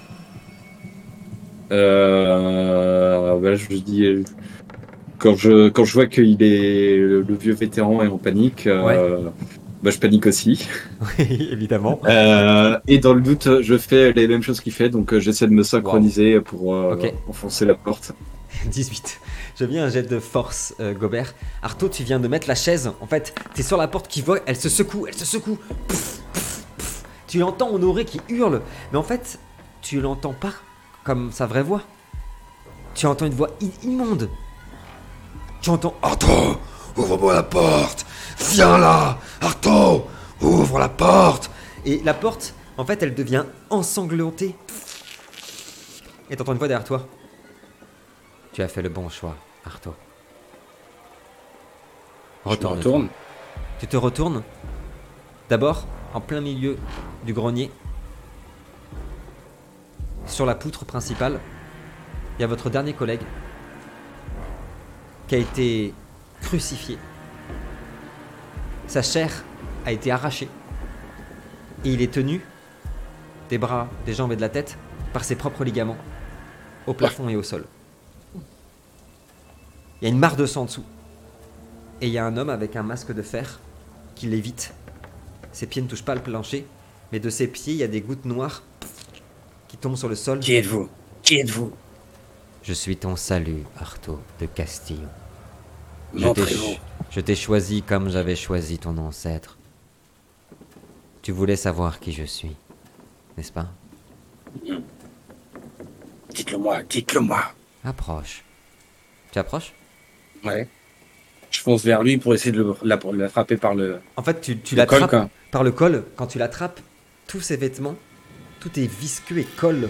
[SPEAKER 3] Bah, je dis, quand je vois qu'il est le vieux vétéran est en panique, bah, je panique aussi.
[SPEAKER 1] Oui, évidemment.
[SPEAKER 3] Et dans le doute, je fais les mêmes choses qu'il fait, donc j'essaie de me synchroniser pour
[SPEAKER 1] Ok.
[SPEAKER 3] enfoncer la porte.
[SPEAKER 1] 18. Je viens un jet de force, Gobert. Arto, tu viens de mettre la chaise. En fait, t'es sur la porte qui voit, elle se secoue, elle se secoue. Pouf, pouf, pouf. Tu entends Honoré qui hurle. Mais en fait, tu l'entends pas comme sa vraie voix. Tu entends une voix immonde. Tu entends
[SPEAKER 5] Arto, ouvre-moi la porte. Viens là, Arto, ouvre la porte.
[SPEAKER 1] Et la porte, en fait, elle devient ensanglantée. Et t'entends une voix derrière toi. Tu as fait le bon choix, Arto.
[SPEAKER 2] Je me
[SPEAKER 1] Retourne.
[SPEAKER 2] retourne.
[SPEAKER 1] Tu te retournes. D'abord, en plein milieu du grenier, sur la poutre principale, il y a votre dernier collègue qui a été crucifié. Sa chair a été arrachée et il est tenu des bras, des jambes et de la tête par ses propres ligaments au plafond et au sol. Il y a une mare de sang en dessous et il y a un homme avec un masque de fer qui l'évite. Ses pieds ne touchent pas le plancher, mais de ses pieds il y a des gouttes noires qui tombent sur le sol.
[SPEAKER 2] Qui êtes-vous? Qui êtes-vous?
[SPEAKER 1] Je suis ton salut, Arto de Castillon.
[SPEAKER 2] Montrez-vous.
[SPEAKER 1] Je t'ai choisi comme j'avais choisi ton ancêtre. Tu voulais savoir qui je suis, n'est-ce pas?
[SPEAKER 2] Dites-le moi, dites-le moi.
[SPEAKER 1] Approche. Tu approches?
[SPEAKER 2] Ouais. Je fonce vers lui pour essayer de pour l'attraper par le.
[SPEAKER 1] En fait, tu
[SPEAKER 2] le col,
[SPEAKER 1] l'attrapes
[SPEAKER 2] quoi.
[SPEAKER 1] par le col. Quand tu l'attrapes, tous ses vêtements, tout est visqueux et colle.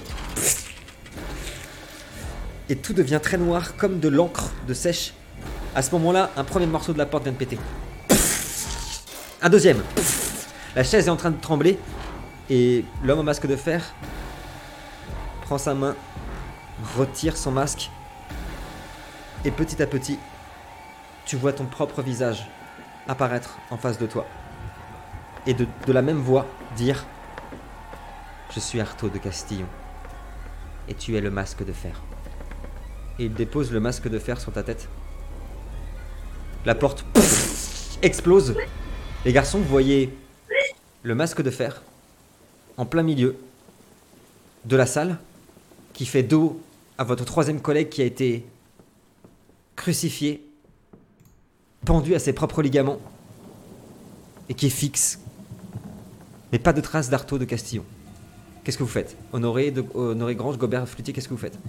[SPEAKER 1] Et tout devient très noir, comme de l'encre de sèche. À ce moment-là, un premier morceau de la porte vient de péter. Un deuxième. La chaise est en train de trembler. Et l'homme au masque de fer prend sa main, retire son masque. Et petit à petit, tu vois ton propre visage apparaître en face de toi. Et de la même voix dire « Je suis Arto de Castillon. Et tu es le masque de fer. » et il dépose le masque de fer sur ta tête. La porte explose. Les garçons, vous voyez le masque de fer en plein milieu de la salle qui fait dos à votre troisième collègue qui a été crucifié, pendu à ses propres ligaments et qui est fixe. Mais pas de traces d'Artaud de Castillon. Qu'est-ce que vous faites? Honoré Grange, Gobert Flutier, qu'est-ce que vous faites?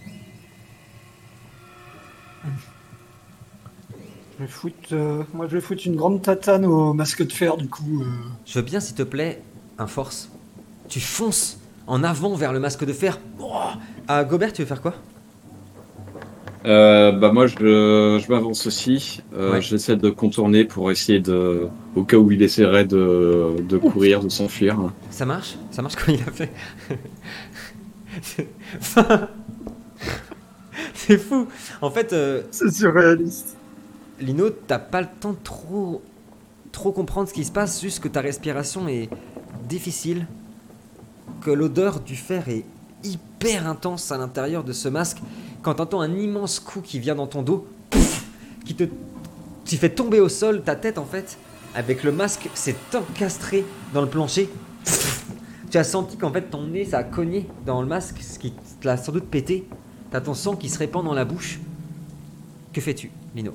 [SPEAKER 4] Moi, je vais foutre une grande tatane au masque de fer, du coup.
[SPEAKER 1] Je veux bien, s'il te plaît, un force. Tu fonces en avant vers le masque de fer. Gobert, tu veux faire quoi?
[SPEAKER 3] Bah moi je m'avance aussi.
[SPEAKER 1] Ouais.
[SPEAKER 3] J'essaie de contourner pour essayer de, au cas où il essaierait de courir, de s'enfuir.
[SPEAKER 1] Ça marche? Ça marche comme il a fait. C'est fou. En fait,
[SPEAKER 4] C'est surréaliste.
[SPEAKER 1] Lino, t'as pas le temps de trop comprendre ce qui se passe, juste que ta respiration est difficile, que l'odeur du fer est hyper intense à l'intérieur de ce masque. Quand t'entends un immense coup qui vient dans ton dos, qui fait tomber au sol ta tête en fait, avec le masque, s'est encastré dans le plancher. Tu as senti qu'en fait ton nez ça a cogné dans le masque, ce qui l'a sans doute pété. T'as ton sang qui se répand dans la bouche. Que fais-tu, Lino?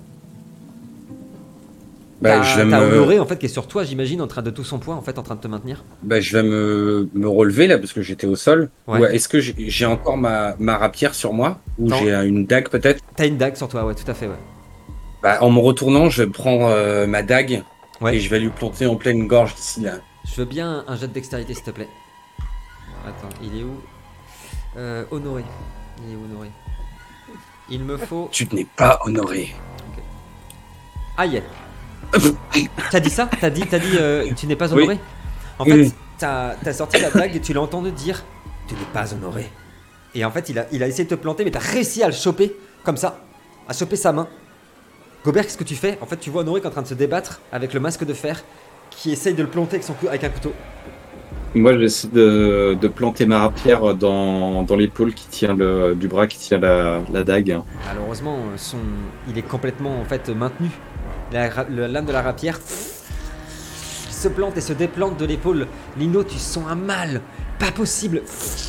[SPEAKER 1] T'as Honoré en fait qui est sur toi, j'imagine, en train de tout son poids, en fait, en train de te maintenir.
[SPEAKER 2] Je vais me relever là parce que j'étais au sol.
[SPEAKER 1] Ouais.
[SPEAKER 2] Ou est-ce que j'ai encore ma rapière sur moi? Ou
[SPEAKER 1] Non.
[SPEAKER 2] j'ai une dague peut-être?
[SPEAKER 1] T'as une dague sur toi, ouais, tout à fait, ouais.
[SPEAKER 2] En me retournant, je prends ma dague
[SPEAKER 1] Ouais.
[SPEAKER 2] et je vais lui planter en pleine gorge d'ici là.
[SPEAKER 1] Je veux bien un jet de dextérité, s'il te plaît. Attends, il est où? Honoré. Il est où, Honoré? Il me faut...
[SPEAKER 2] Tu n'es pas honoré.
[SPEAKER 1] Aïe. T'as dit ça? T'as dit tu n'es pas
[SPEAKER 2] Oui.
[SPEAKER 1] honoré? En fait, t'as sorti la dague et tu l'as entendu dire tu n'es pas honoré. Et en fait, il a essayé de te planter, mais t'as réussi à le choper, comme ça, à choper sa main. Gobert, qu'est-ce que tu fais? En fait, tu vois Honoré qui est en train de se débattre avec le masque de fer qui essaye de le planter avec un couteau.
[SPEAKER 3] Moi j'essaie de planter ma rapière dans l'épaule qui tient du bras qui tient la dague.
[SPEAKER 1] Malheureusement, il est complètement en fait maintenu. La lame de la rapière se plante et se déplante de l'épaule. Lino, tu sens un mal, pas possible.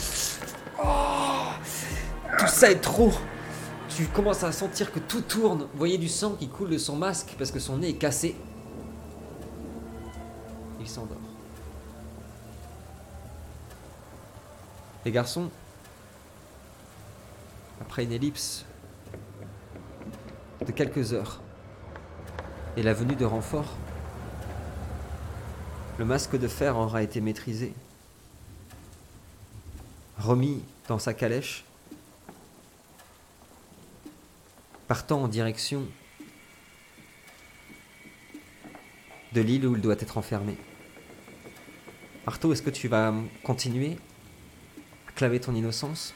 [SPEAKER 1] Tout ça est trop. Tu commences à sentir que tout tourne. Vous voyez du sang qui coule de son masque parce que son nez est cassé. Il s'endort. Les garçons, après une ellipse de quelques heures et la venue de renforts, le masque de fer aura été maîtrisé, remis dans sa calèche, partant en direction de l'île où il doit être enfermé. Artaud, est-ce que tu vas continuer à clamer ton innocence?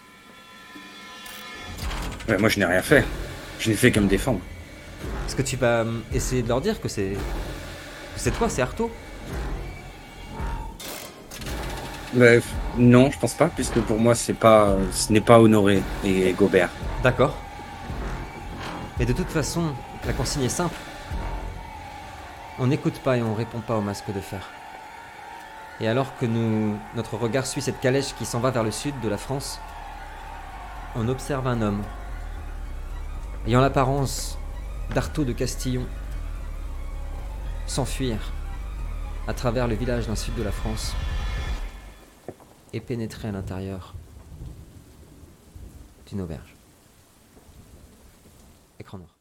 [SPEAKER 2] Moi, je n'ai rien fait. Je n'ai fait que me défendre.
[SPEAKER 1] Est-ce que tu vas essayer de leur dire que c'est toi, c'est Artaud?
[SPEAKER 2] Non, je pense pas, puisque pour moi, ce n'est pas Honoré et Gobert.
[SPEAKER 1] D'accord. Mais de toute façon, la consigne est simple. On n'écoute pas et on répond pas au masque de fer. Et alors que notre regard suit cette calèche qui s'en va vers le sud de la France, on observe un homme, ayant l'apparence d'Artaud de Castillon, s'enfuir à travers le village d'un sud de la France et pénétrer à l'intérieur d'une auberge. Écran noir.